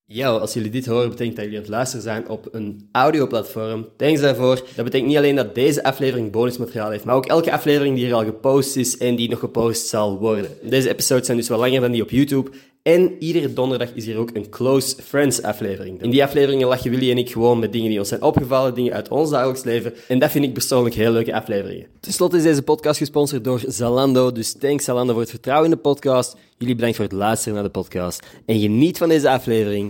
Yo, als jullie dit horen, betekent dat jullie aan het luisteren zijn op een audioplatform. Thanks daarvoor. Dat betekent niet alleen dat deze aflevering bonusmateriaal heeft, maar ook elke aflevering die er al gepost is en die nog gepost zal worden. Deze episodes zijn dus wel langer dan die op YouTube. En iedere donderdag is hier ook een Close Friends aflevering. In die afleveringen lachen Willy en ik gewoon met dingen die ons zijn opgevallen, dingen uit ons dagelijks leven. En dat vind ik persoonlijk heel leuke afleveringen. Ten slotte is deze podcast gesponsord door Zalando. Dus thanks Zalando voor het vertrouwen in de podcast. Jullie bedankt voor het luisteren naar de podcast. En geniet van deze aflevering.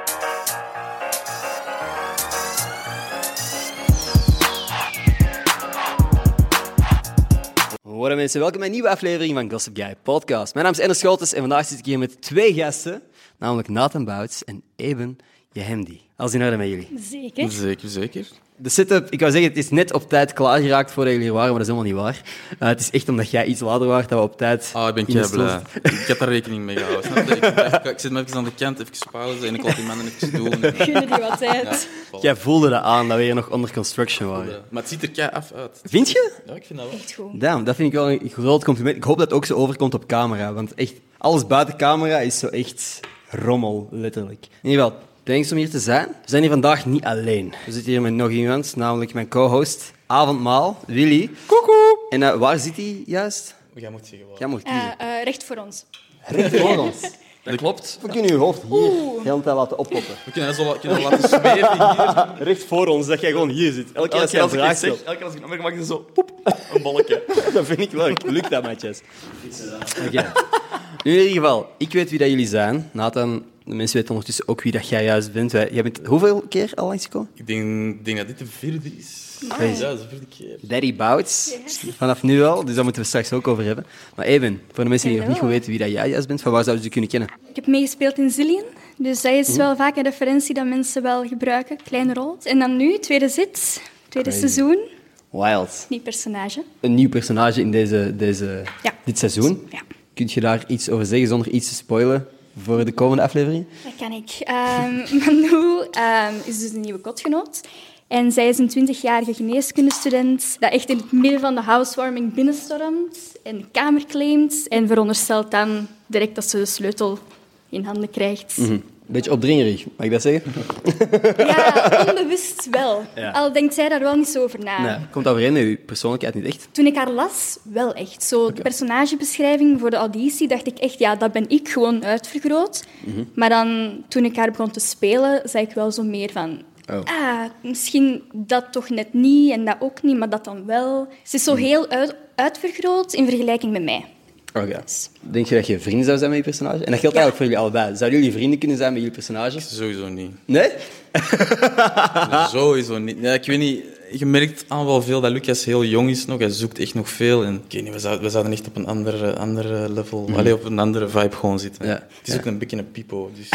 Hallo mensen, welkom bij een nieuwe aflevering van Gossip Guy Podcast. Mijn naam is Ender Scholtes en vandaag zit ik hier met twee gasten, namelijk Nathan Bouts en Eben Jehemdi. Alles in orde met jullie? Zeker. Zeker. De setup, ik wou zeggen, het is net op tijd klaargeraakt voordat jullie hier waren, maar dat is helemaal niet waar. Het is echt omdat jij iets later was, dat we op tijd... Ik ben kei blij. Ik heb daar rekening mee gehouden. Snap je? Ik zit me even aan de kant, even pauze en ik laat die mannen even doen. Gunnen die wat tijd. Ja, voilà. Jij voelde dat aan, dat we hier nog onder construction waren. Maar het ziet er kei af uit. Vind je? Ja, ik vind dat wel. Echt goed. Damn, dat vind ik wel een groot compliment. Ik hoop dat het ook zo overkomt op camera, want echt, alles buiten camera is zo echt rommel, letterlijk. In ieder geval, thanks om hier te zijn. We zijn hier vandaag niet alleen. We zitten hier met nog iemand, namelijk mijn co-host, Avondmaal, Willy. Koekoe! En waar zit hij juist? Jij moet zeggen wat. Jij moet kiezen. Recht voor ons. Recht voor ons. Dat klopt. We kunnen je hoofd hier de hele tijd laten oppoppen. We kunnen dat laten smeren hier. Recht voor ons, dat jij gewoon hier zit. Elke keer als je een vraag stelt. Elke keer als ik het maak je zo, poep, een bolletje. Dat vind ik leuk. Lukt dat, matjes? Oké. Nu in ieder geval, ik weet wie dat jullie zijn. Nathan, de mensen weten ondertussen ook wie dat jij juist bent. Jij bent hoeveel keer al langsgekomen? Ik denk dat dit de vierde is. Crazy. Ja, dat is de vierde keer. Daddy Bouts, vanaf nu al, dus daar moeten we straks ook over hebben. Maar Eben, voor de mensen die nog niet goed weten wie dat jij juist bent, van waar zouden ze je kunnen kennen? Ik heb meegespeeld in Zillion, dus dat is wel vaak een referentie dat mensen wel gebruiken. Kleine rol. En dan nu, tweede zit, tweede Crazy. seizoen, Wild. nieuw personage. Een nieuw personage in Ja. dit seizoen. Ja. Kun je daar iets over zeggen zonder iets te spoilen voor de komende afleveringen? Dat kan ik. Manu is dus een nieuwe kotgenoot. En zij is een 20-jarige geneeskundestudent dat echt in het midden van de housewarming binnenstormt en de kamer claimt en veronderstelt dan direct dat ze de sleutel in handen krijgt. Beetje opdringerig, mag ik dat zeggen? Ja, onbewust wel. Ja. Al denkt zij daar wel niet zo over na. Nee, komt overeen met je persoonlijkheid niet echt? Toen ik haar las, wel echt. Zo, de personagebeschrijving voor de auditie dacht ik echt, ja, dat ben ik gewoon uitvergroot. Maar dan, toen ik haar begon te spelen, zei ik wel zo meer van... misschien dat toch net niet en dat ook niet, maar dat dan wel. Ze is zo heel uitvergroot in vergelijking met mij. Oké. Denk je dat je vrienden zou zijn met je personage? En dat geldt eigenlijk voor jullie allebei. Zouden jullie vrienden kunnen zijn met jullie personages? Sowieso niet. Nee? Sowieso niet. Ja, ik weet niet, je merkt aan wel veel dat Lucas heel jong is nog. Hij zoekt echt nog veel. En ik weet niet, we zouden echt op een andere level, op een andere vibe gewoon zitten. Ja. Het is ook een beetje een pipo. Dus,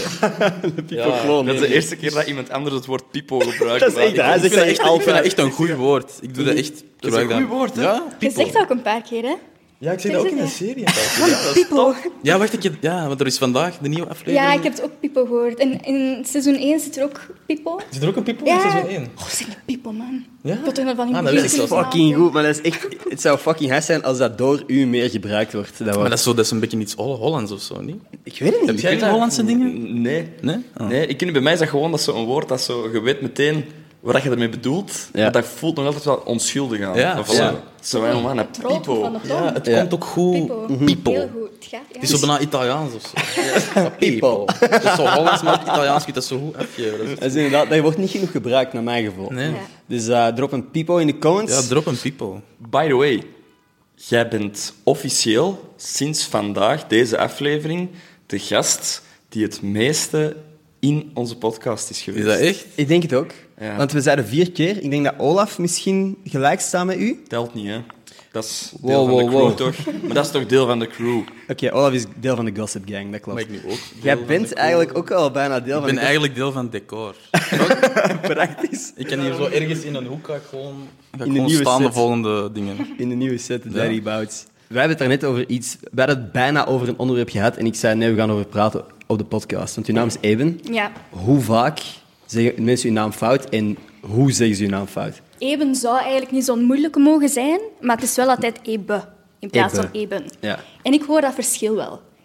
Dat is de eerste keer dat iemand anders het woord pipo gebruikt. Dat is echt, hij zegt dat echt ik vind dat echt een goed woord. Ik doe dat echt. Dat is een goed woord, hè? Ja, Je zegt dat ook een paar keer, hè? ja, ik zeg dat ook in de serie. Pipo. Ja, wacht, want er is vandaag de nieuwe aflevering. Ja, ik heb het ook Pipo gehoord. En in seizoen 1 zit er ook Pipo. Zit er ook een pipo Ja. in seizoen 1? Oh, zeg een Pipo, man. Ja? Ik wil toch nog van die Ah, dat weet ik muziek zelfs. Fucking goed, maar dat is echt... Het zou fucking hard zijn als dat door u meer gebruikt wordt. Maar dat is een beetje iets Hollands of zo, niet? Ik weet het niet. Heb jij de Hollandse dingen? Nee. Nee? Oh. Nee, ik ken bij mij is dat gewoon dat zo'n woord dat zo, je weet meteen wat je ermee bedoelt, Ja. maar dat voelt nog altijd wel onschuldig aan. Ja, Of ja. zo van, man, een Tropen pipo. van de tong. Ja, het Ja. komt ook goed. Pipo. Pipo. Heel goed. Het gaat, ja. Het is zo bijna Italiaans of zo. Ja, pipo. Het is zo Hollands, maar Italiaans kun je dat zo goed afgeven. Dat is- Dat is inderdaad... Dat wordt niet genoeg gebruikt, naar mijn gevoel. Nee. Ja. Dus drop een pipo in de comments. Ja, drop een pipo. By the way, jij bent officieel sinds vandaag, deze aflevering, de gast die het meeste in onze podcast is geweest. Is dat echt? Ik denk het ook. Ja. Want we zeiden 4 keer. Ik denk dat Olaf misschien gelijk staat met u. Telt niet, hè? Dat is deel Wow, van de wow, crew, wow. toch? Maar dat is toch deel van de crew? Oké, Olaf is deel van de Gossip Gang, dat klopt. Maar ik nu ook. Jij bent eigenlijk ook al bijna deel Ik van ben de eigenlijk deel van het decor. praktisch. Ik kan hier zo ergens in een hoek ga ik gewoon de nieuwe staan de set. volgende dingen. In de nieuwe set, de Daddy Bouts. Wij hebben het daar net over iets... We hadden het bijna over een onderwerp gehad en ik zei, nee, we gaan over praten op de podcast. Want uw naam is Eben. Ja. Hoe vaak zeggen mensen uw naam fout en hoe zeggen ze uw naam fout? Eben zou eigenlijk niet zo'n moeilijke mogen zijn, maar het is wel altijd Ebe in plaats Ebe. van Eben. Ja. En ik hoor dat verschil wel.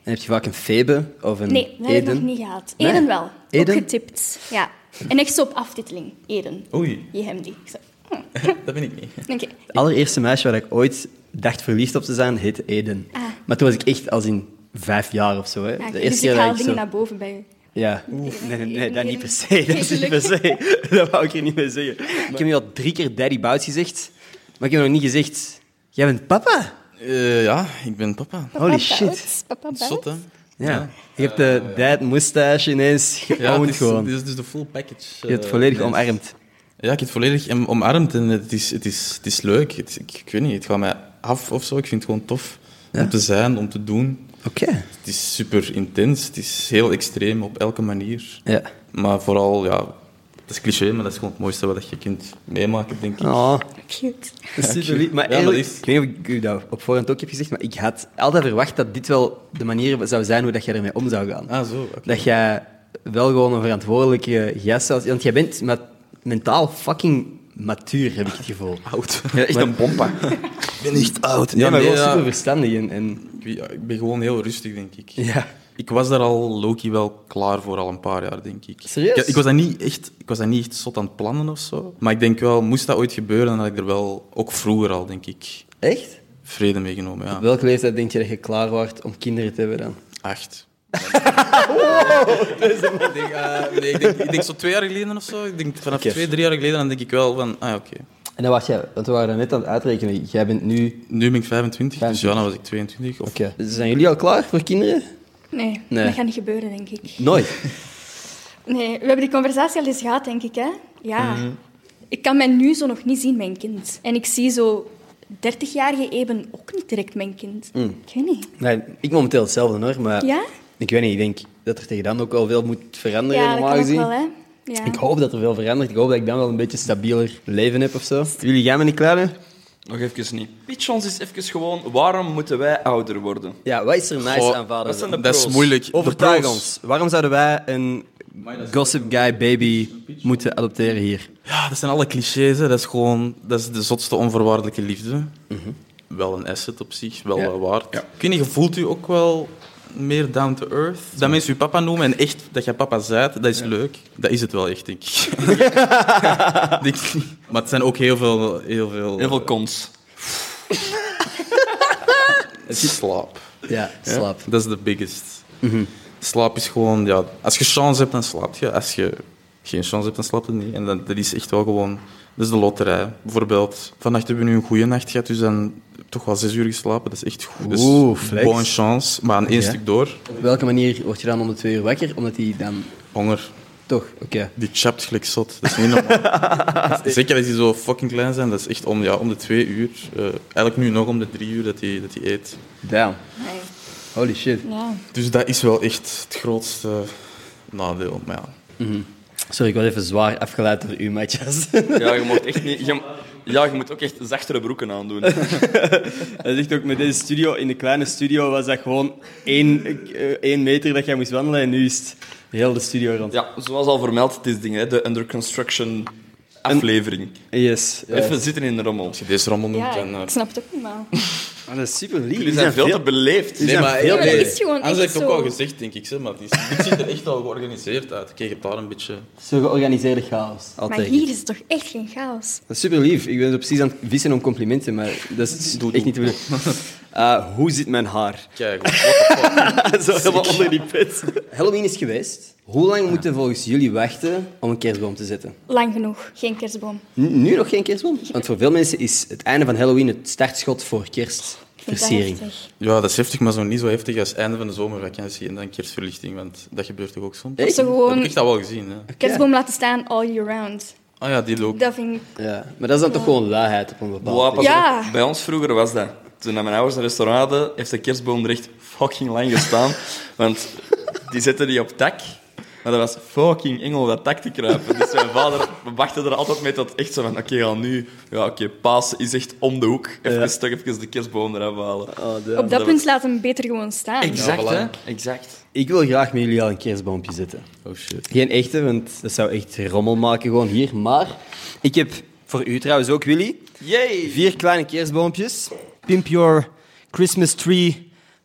En heb je vaak een Febe of een Nee, dat heb ik Eden? nog niet gehad. Nee? Eden wel. Eden? Ook getipt. Ja. En echt zo op aftiteling. Eden. Oei, Je hem die. Ik zo, dat ben ik niet. Oké. Het allereerste meisje waar ik ooit dacht verliefd op te zijn, heette Eden. Maar toen was ik echt als in 5 jaar of zo. Hè. Ja, De dus eerste ik keer haal dat ik dingen zo... naar boven bij u. Ja, nee, dat niet per se. Dat is niet per se. Dat wou ik er niet mee zeggen. Ik heb nu al 3 keer Daddy Bouts gezegd, maar ik heb nog niet gezegd... Jij bent papa? Ja, ik ben papa. Holy shit. Bouts, Papa Zot, hè? Ja. Je hebt de dad-moustache ineens Ja, geowned het gewoon. is dus de full package. Je hebt het volledig nee. omarmd. Ja, ik heb het volledig omarmd en het is leuk. Ik weet niet, het gaat mij af of zo. Ik vind het gewoon tof om te zijn, om te doen. Oké. Het is super intens, het is heel extreem op elke manier. Ja. Maar vooral, ja, het is cliché, maar dat is gewoon het mooiste wat je kunt meemaken, denk ik. Oh, Cute. dat is super lief. Maar Ja, eigenlijk, maar ik weet niet of ik u dat op voorhand ook heb gezegd, maar ik had altijd verwacht dat dit wel de manier zou zijn hoe dat jij ermee om zou gaan. Ah, zo. Oké. Dat jij wel gewoon een verantwoordelijke gast was. Want jij bent mentaal fucking matuur, heb ik het gevoel. Oud. Ja, echt een bompa. Ik ben echt oud. Ja, maar nee, gewoon ja, super verstandig. En ik ben gewoon heel rustig, denk ik. ja. Ik was daar al low-key wel klaar voor al een paar jaar, denk ik. Serieus? Ik was dat niet echt zot aan het plannen of zo. Maar ik denk wel, moest dat ooit gebeuren, dan had ik er wel, ook vroeger al, denk ik, Echt? vrede mee genomen. Ja. Op welke leeftijd denk je dat je klaar wordt om kinderen te hebben dan? 8. Ik denk zo 2 jaar geleden of zo. Ik denk vanaf Oké. 2, 3 jaar geleden, dan denk ik wel van, oké. En dan was jij, want we waren net aan het uitrekenen. Jij bent nu... Nu ben ik 25, dus ja, dan was ik 22. Of... Oké. Dus zijn jullie al klaar voor kinderen? Nee, Nee. dat gaat niet gebeuren, denk ik. Nooit. Nee, we hebben die conversatie al eens gehad, denk ik. Hè? Ja. Ik kan mij nu zo nog niet zien, mijn kind. En ik zie zo 30-jarige Eben ook niet direct mijn kind. Ik weet niet. Nee, ik momenteel hetzelfde hoor, maar Ja? ik weet niet. Ik denk dat er tegen dan ook wel veel moet veranderen, Ja, dat normaal kan ook gezien. wel, hè. Ja. Ik hoop dat er veel verandert. Ik hoop dat ik dan wel een beetje stabieler leven heb of zo. Jullie gaan me niet klaar, hè? Nog even niet. Pitch ons eens even gewoon, waarom moeten wij ouder worden? Ja, wat is er nice Goh, aan vader? wat zijn de Dat is pros? moeilijk. De Overtuig pros. ons. Waarom zouden wij een Gossip Guy baby moeten adopteren hier? Ja, dat zijn alle clichés. Hè. Dat is de zotste onvoorwaardelijke liefde. Wel een asset op zich, wel Ja. waard. Ja. Ik weet niet, je voelt u ook wel meer down to earth. Dat mensen je papa noemen en echt dat je papa bent, dat is leuk. Dat is het wel echt, denk ik. Denk ik niet. Maar het zijn ook heel veel... Heel veel cons. Slaap. Ja, slaap. Dat is de biggest. Slaap is gewoon... Ja, als je chance hebt, dan slaap je. Als je geen chance hebt, dan slaap je niet. En dat is echt wel gewoon... Dat is de loterij. Bijvoorbeeld, vannacht hebben we nu een goede nacht gehad, dus dan toch wel 6 uur geslapen. Dat is echt goed. Dus flex. bonne chance, maar aan 1 Ja. stuk door. Op welke manier word je dan om de 2 uur wakker? Omdat hij dan... Honger. Toch, oké. Die chapt gelijk zot. Dat is niet normaal. Zeker als die zo fucking klein zijn. Dat is echt om de 2 uur. Eigenlijk nu nog om de 3 uur dat hij eet. Damn. Nee. Holy shit. Ja. Dus dat is wel echt het grootste nadeel. Maar ja. Sorry, ik was even zwaar afgeleid door u, Matthias. Ja, je moet echt niet... je moet ook echt zachtere broeken aandoen. Dat is echt ook met deze studio, in de kleine studio, was dat gewoon 1 meter dat jij moest wandelen en nu is het heel de studio rond. Ja, zoals al vermeld, het is ding, hè, de under construction aflevering. Yes. Even zitten in de rommel. Als je deze rommel noemt, Ja, dan... ik snap het ook niet, maar... Oh, dat is super lief. Jullie zijn veel te beleefd. Nee, maar heel- dat is gewoon Anders heb echt ik het ook zo. al gezegd, denk ik. Zeg, maar dit ziet er echt al georganiseerd uit. Kijk, je hebt daar een beetje... Zo georganiseerde chaos. Maar Altijd. hier is het toch echt geen chaos? Dat is super lief. Ik ben zo precies aan het vissen om complimenten, maar dat is echt niet te bedoelen. Hoe zit mijn haar? Kijk, what the fuck. Zo helemaal onder die pet. Halloween is geweest. Hoe lang moeten volgens jullie wachten om een kerstboom te zetten? Lang genoeg. Geen kerstboom. Nu nog geen kerstboom? Want voor veel mensen is het einde van Halloween het startschot voor Ik vind dat kerstversiering. heftig. Ja, dat is heftig, maar zo niet zo heftig als het einde van de zomervakantie en dan kerstverlichting, want dat gebeurt toch ook soms? Echt? Of zo Dat heb gewoon ik echt al wel gezien. Hè. kerstboom laten staan all year round. Ah ja, die ook. Dat vind ik... Ja, maar dat is dan toch gewoon luiheid op een bepaald Wow, punt. pas Ja. op. Bij ons vroeger was dat. Toen mijn ouders een restaurant hadden, heeft de kerstboom er echt fucking lang gestaan. Want die zetten die op tak. Maar dat was fucking eng om op dat tak te kruipen. Dus mijn vader wachtte er altijd mee tot echt zo van... Oké, nu... Ja, oké, Pasen is echt om de hoek. Even de kerstboom eraf halen. Oh, damn. Op dat punt laat hem beter gewoon staan. Exact, Ja, hè? voilà. Exact. Ik wil graag met jullie al een kerstboompje zetten. Oh shit. Geen echte, want dat zou echt rommel maken gewoon hier. Maar ik heb voor u trouwens ook, Willy, Yay! 4 kleine kerstboompjes. Pimp your Christmas tree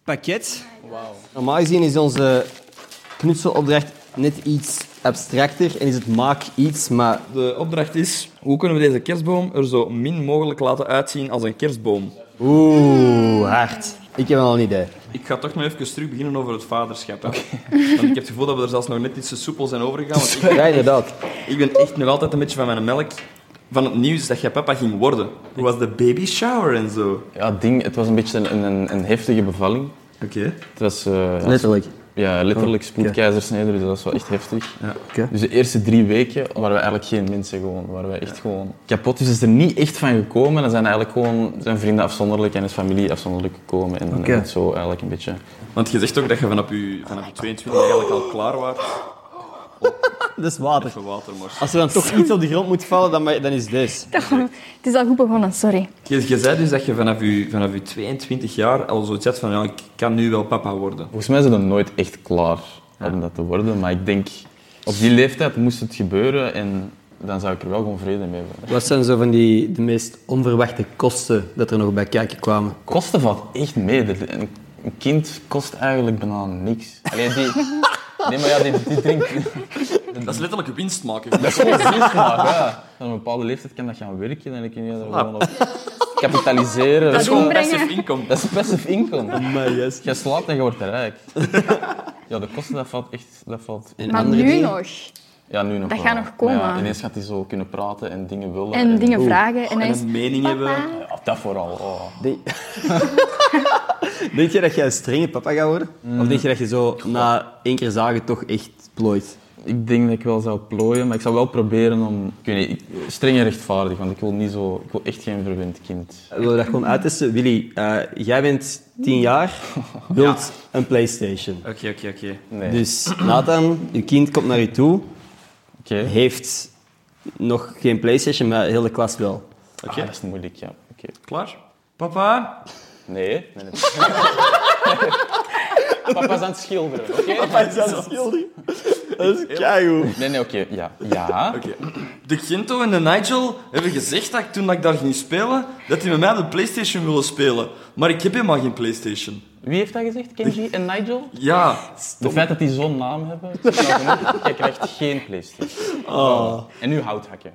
pakket. Wow. Normaal gezien is onze knutselopdracht net iets abstracter en is het maak iets, maar... De opdracht is, hoe kunnen we deze kerstboom er zo min mogelijk laten uitzien als een kerstboom? Oeh, hard. Ik heb wel een idee. Ik ga toch nog even terug beginnen over het vaderschap. Hè. Want ik heb het gevoel dat we er zelfs nog net iets te soepel zijn overgegaan. Want Ja, inderdaad. ik ben echt nog altijd een beetje van mijn melk van het nieuws dat jij papa ging worden. Hoe was de baby shower en zo? Ja, het was een beetje een heftige bevalling. Oké. Het was... Letterlijk. Ja, letterlijk spoedkeizersnede, dus dat was wel echt heftig. Ja. Okay. Dus de eerste 3 weken waren we eigenlijk geen mensen gewoon. Waren we echt gewoon kapot. Dus is er niet echt van gekomen. Dan zijn eigenlijk gewoon zijn vrienden afzonderlijk en is familie afzonderlijk gekomen. En zo eigenlijk een beetje. Want je zegt ook dat je vanaf je 22 eigenlijk al klaar was. Dat is water. Even watermors. Als er dan toch iets op de grond moet vallen, dan is dit. Het is al goed begonnen, sorry. Je zei dus dat je vanaf je 22 jaar al zoiets had van, ja, ik kan nu wel papa worden. Volgens mij zijn we nooit echt klaar om dat te worden. Maar ik denk, op die leeftijd moest het gebeuren en dan zou ik er wel gewoon vrede mee hebben. Wat zijn zo van de meest onverwachte kosten dat er nog bij kijken kwamen? Kosten valt echt mee. Een kind kost eigenlijk bijna niks. Allee, nee, maar ja, die drinkt... Dat is letterlijk winst maken. Dat is gewoon winst maken, ja. Op een bepaalde leeftijd kan dat gaan werken en dan kun je er gewoon op kapitaliseren. Dat is gewoon inbrengen. passive income. Dat is passive income. Maar yes. Je slaapt en je wordt rijk. Ja, de kosten, dat valt echt... Dat valt... En Maar andere nu dingen? nog. Ja, nu nog Dat wel. gaat nog komen. Maar ja, ineens gaat hij zo kunnen praten en dingen willen. En dingen vragen. En dan En is een mening hebben. Ja, dat vooral. Oh. Denk je dat jij een strenge papa gaat worden? Of denk je dat je zo na 1 keer zagen toch echt plooit? Ik denk dat ik wel zou plooien, maar ik zou wel proberen om... Ik weet niet, streng en rechtvaardig, want ik wil echt geen verwend kind. Willen we dat gewoon uittesten? Willy, jij bent 10 jaar, wilt een PlayStation. Oké. Nee. Dus Nathan, je kind komt naar je toe, Oké. heeft nog geen PlayStation, maar heel de klas wel. Oké. Dat is moeilijk, ja. Oké. Klaar? Papa? Nee. Papa is aan het schilderen, oké? Papa is aan het schilderen. Dat is keigoed. Nee, oké. Ja. Ja. Oké. De Ginto en de Nigel hebben gezegd dat toen ik daar ging spelen, dat die met mij op de PlayStation willen spelen. Maar ik heb helemaal geen PlayStation. Wie heeft dat gezegd? Kenji en Nigel? Ja. Het feit dat die zo'n naam hebben, is wel genoeg. Jij krijgt geen PlayStation. Oh. En nu houthakken.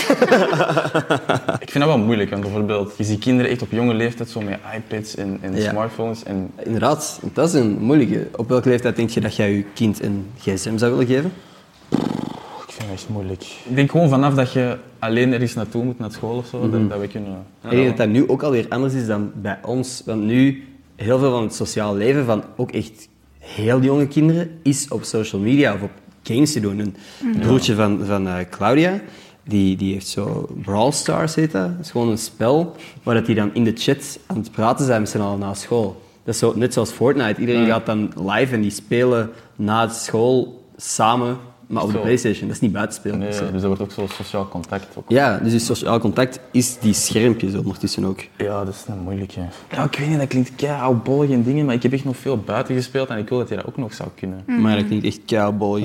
Ik vind dat wel moeilijk, want bijvoorbeeld, je ziet kinderen echt op jonge leeftijd zo met iPads en Ja. smartphones. En Inderdaad, dat is een moeilijke. Op welke leeftijd denk je dat jij je kind een gsm zou willen geven? ik vind dat echt moeilijk. Ik denk gewoon vanaf dat je alleen ergens naartoe moet, naar school of zo, dat we kunnen... Ik denk dat dat nu ook alweer anders is dan bij ons. Want nu, heel veel van het sociaal leven van ook echt heel jonge kinderen is op social media of op games te doen. Een broertje van Claudia, die heeft zo Brawl Stars, heet dat. Dat is gewoon een spel waar dat die dan in de chat aan het praten zijn met z'n allen na school. Dat is zo, net zoals Fortnite. Iedereen gaat dan live en die spelen na school samen, maar op de Zo. PlayStation. Dat is niet buitenspelen. Nee, Zo. dus dat wordt ook zo sociaal contact. Ook. Ja, dus die sociaal contact is die schermpjes ondertussen ook. Ja, dat is een moeilijke. Ja, ik weet niet, dat klinkt kei-oudbollig en dingen, maar ik heb echt nog veel buiten gespeeld en ik wil dat je dat ook nog zou kunnen. Maar dat klinkt echt keibol.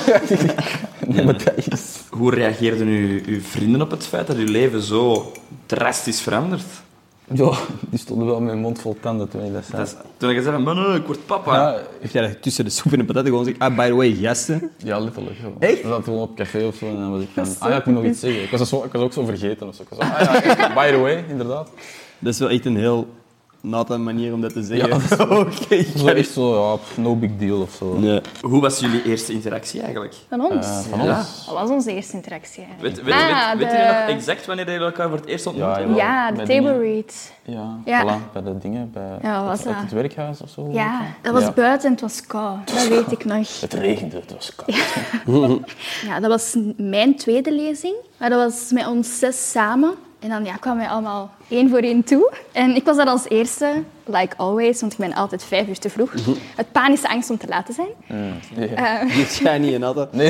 Nee, maar dat is... Hoe reageerden uw vrienden op het feit dat uw leven zo drastisch verandert? Ja, die stonden wel met hun mond vol tanden toen ik dat zei. Dat is, toen je zei, man, ik word papa. Ja, Heeft jij dat tussen de soep en de patat gewoon gezegd? Ah, by the way, gasten. ja, letterlijk. Zo. Echt? We zaten gewoon op café of zo en dan was ik van... ja, ik moet nog iets zeggen. Ik was ook zo vergeten of zo. Ik was zo, ja, by the way, inderdaad. Dat is wel echt een heel nate manier om dat te zeggen. Ja, dat is- Oké. Zo echt zo, ja, no big deal of zo. Nee. Hoe was jullie eerste interactie eigenlijk? Van ons. Van Ja. ons. Dat was onze eerste interactie eigenlijk. Weet jullie nog de- exact wanneer jullie elkaar voor het eerst ontmoeten? Ja, Ja, de bij table dingen. read. Ja, Ja. Voilà, bij de dingen, bij Ja, wat was dat? het werkhuis of zo. Ja, dat was Ja. buiten en het was koud. Dat weet ik nog. Het regende, het was koud. Ja, dat was mijn tweede lezing. Maar dat was met ons 6 samen. En dan kwamen wij allemaal 1 voor 1 toe. En ik was dat als eerste, like always, want ik ben altijd 5 uur te vroeg. Het panische angst om te laat te zijn. Ja. Die heeft jij niet in hadden. Nee,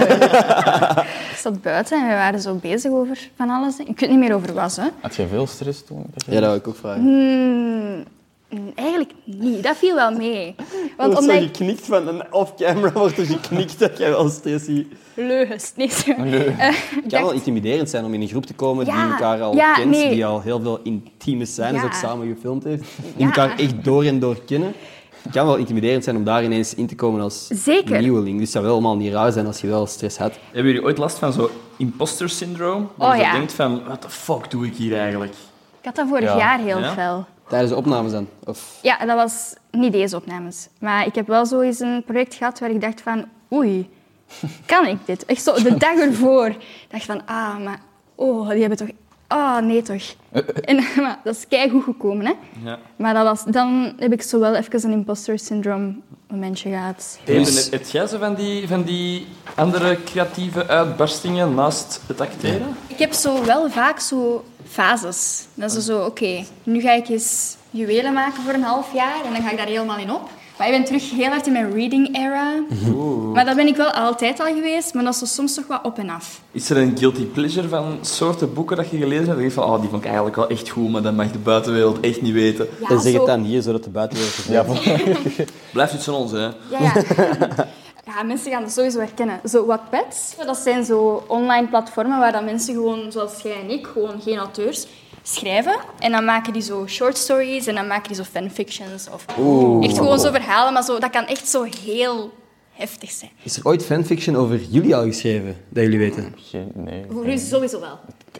Ik zat buiten en we waren zo bezig over van alles. Ik weet niet meer over wat, hè. Had jij veel stress toen? Ja, dat wil ik ook vragen. Eigenlijk niet. Dat viel wel mee. Want Want omdat zo ik... geknikt van een off-camera wordt er geknikt dat jij wel stress ziet. Leugens. Nee, zo. Het kan wel intimiderend zijn om in een groep te komen die Ja, elkaar al ja, kent, nee. die al heel veel intieme scènes Ja. ook samen gefilmd heeft, die Ja. elkaar echt door en door kennen. Het kan wel intimiderend zijn om daar ineens in te komen als Zeker. nieuweling. Dus het zou wel allemaal niet raar zijn als je wel stress had. Hebben jullie ooit last van zo'n imposter syndroom? Dat Oh, je zo ja. denkt van, what the fuck doe ik hier eigenlijk? Ik had dat vorig jaar heel Ja? fel. Tijdens de opnames dan? Of... Ja, dat was niet deze opnames. Maar ik heb wel zo eens een project gehad waar ik dacht van... Oei, kan ik dit? Echt zo de dag ervoor. Ik dacht van, die hebben toch... Nee toch. En maar dat is keigoed gekomen, hè. Ja. Maar dan heb ik zo wel even een imposter syndrome momentje gehad. Dus... Heb jij zo van die andere creatieve uitbarstingen naast het acteren? Ik heb zo wel vaak zo fases. Dat is zo, oké, nu ga ik eens juwelen maken voor een half jaar en dan ga ik daar helemaal in op. Maar ik ben terug heel hard in mijn reading era. Maar dat ben ik wel altijd al geweest, maar dat is zo soms toch wat op en af. Is er een guilty pleasure van soorten boeken dat je gelezen hebt? Dat je van, die vond ik eigenlijk wel echt goed, maar dat mag de buitenwereld echt niet weten. Ja, En zeg zo- het dan hier, zodat de buitenwereld het weet. Blijft iets van ons, hè? Ja. Ja, mensen gaan dat sowieso herkennen. Zo Wattpad, dat zijn zo online platformen waar dat mensen gewoon, zoals jij en ik, gewoon geen auteurs, schrijven. En dan maken die zo short stories en dan maken die zo fanfictions. Of echt gewoon zo verhalen, maar zo, dat kan echt zo heel heftig zijn. Is er ooit fanfiction over jullie al geschreven, dat jullie weten? Nee. Voor u sowieso wel.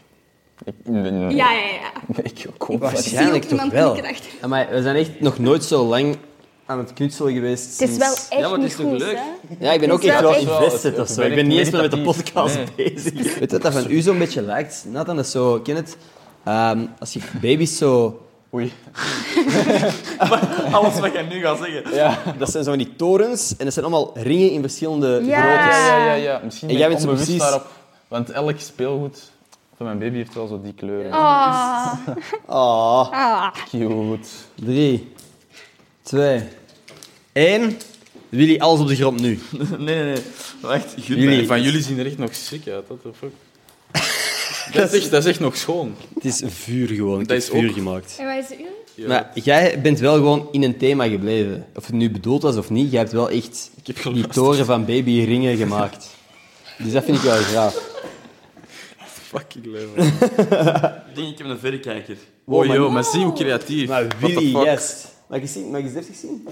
Nee. Ja. Ik ook Waarschijnlijk zie ook toch iemand wel. knikken achter. Maar we zijn echt nog nooit zo lang aan het knutselen geweest. Het is wel sinds- echt Ja, maar het niet is toch goed, leuk? hè? Ja, ik ben Het ook is echt wel wel echt- invested of zo. Ik ben niet eens meer met de meditatief. podcast bezig. Weet je wat dat van u zo'n beetje lijkt? Nathan, dat is zo, ken het? Als je baby's zo... Oei. Alles wat jij nu gaat zeggen. Ja, dat zijn zo van die torens en dat zijn allemaal ringen in verschillende Ja. groottes. Ja. Misschien En ben jij ik bent zo onbewust precies- daarop. Want elk speelgoed van mijn baby heeft wel zo die kleuren. Ah. Ah, Cute. 3, 2, 1. Willy, alles op de grond nu. Nee. Wacht, Jullie- Van jullie zien er echt nog sick uit. What the fuck? Dat is echt nog schoon. Het is vuur gewoon. Ik Dat heb is vuur ook- gemaakt. En wat is het u? Ja. Maar jij bent wel gewoon in een thema gebleven. Of het nu bedoeld was of niet, jij hebt wel echt heb die geluisterd. toren van babyringen gemaakt. Dus dat vind ik wel graag. Fucking leuk. Ik denk, ik heb een verrekijker. Oh joh, maar zie hoe creatief. Maar What the Willy, fuck? yes. Mag ik eens deftig zien?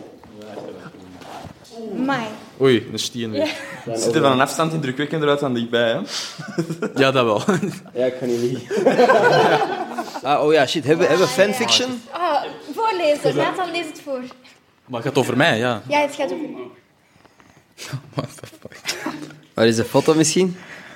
Mai. Oei, een stien weer. Het ziet er van een afstand indrukwekkender uit dan dichtbij, hè? Ja, dat wel. Ja, ik kan niet liegen. Oh ja, shit. Hebben we fanfiction? Voorlezen. Nathan, lees het voor. Maar het gaat over mij, ja. Ja, het gaat over mij. What the fuck? Waar is de foto misschien?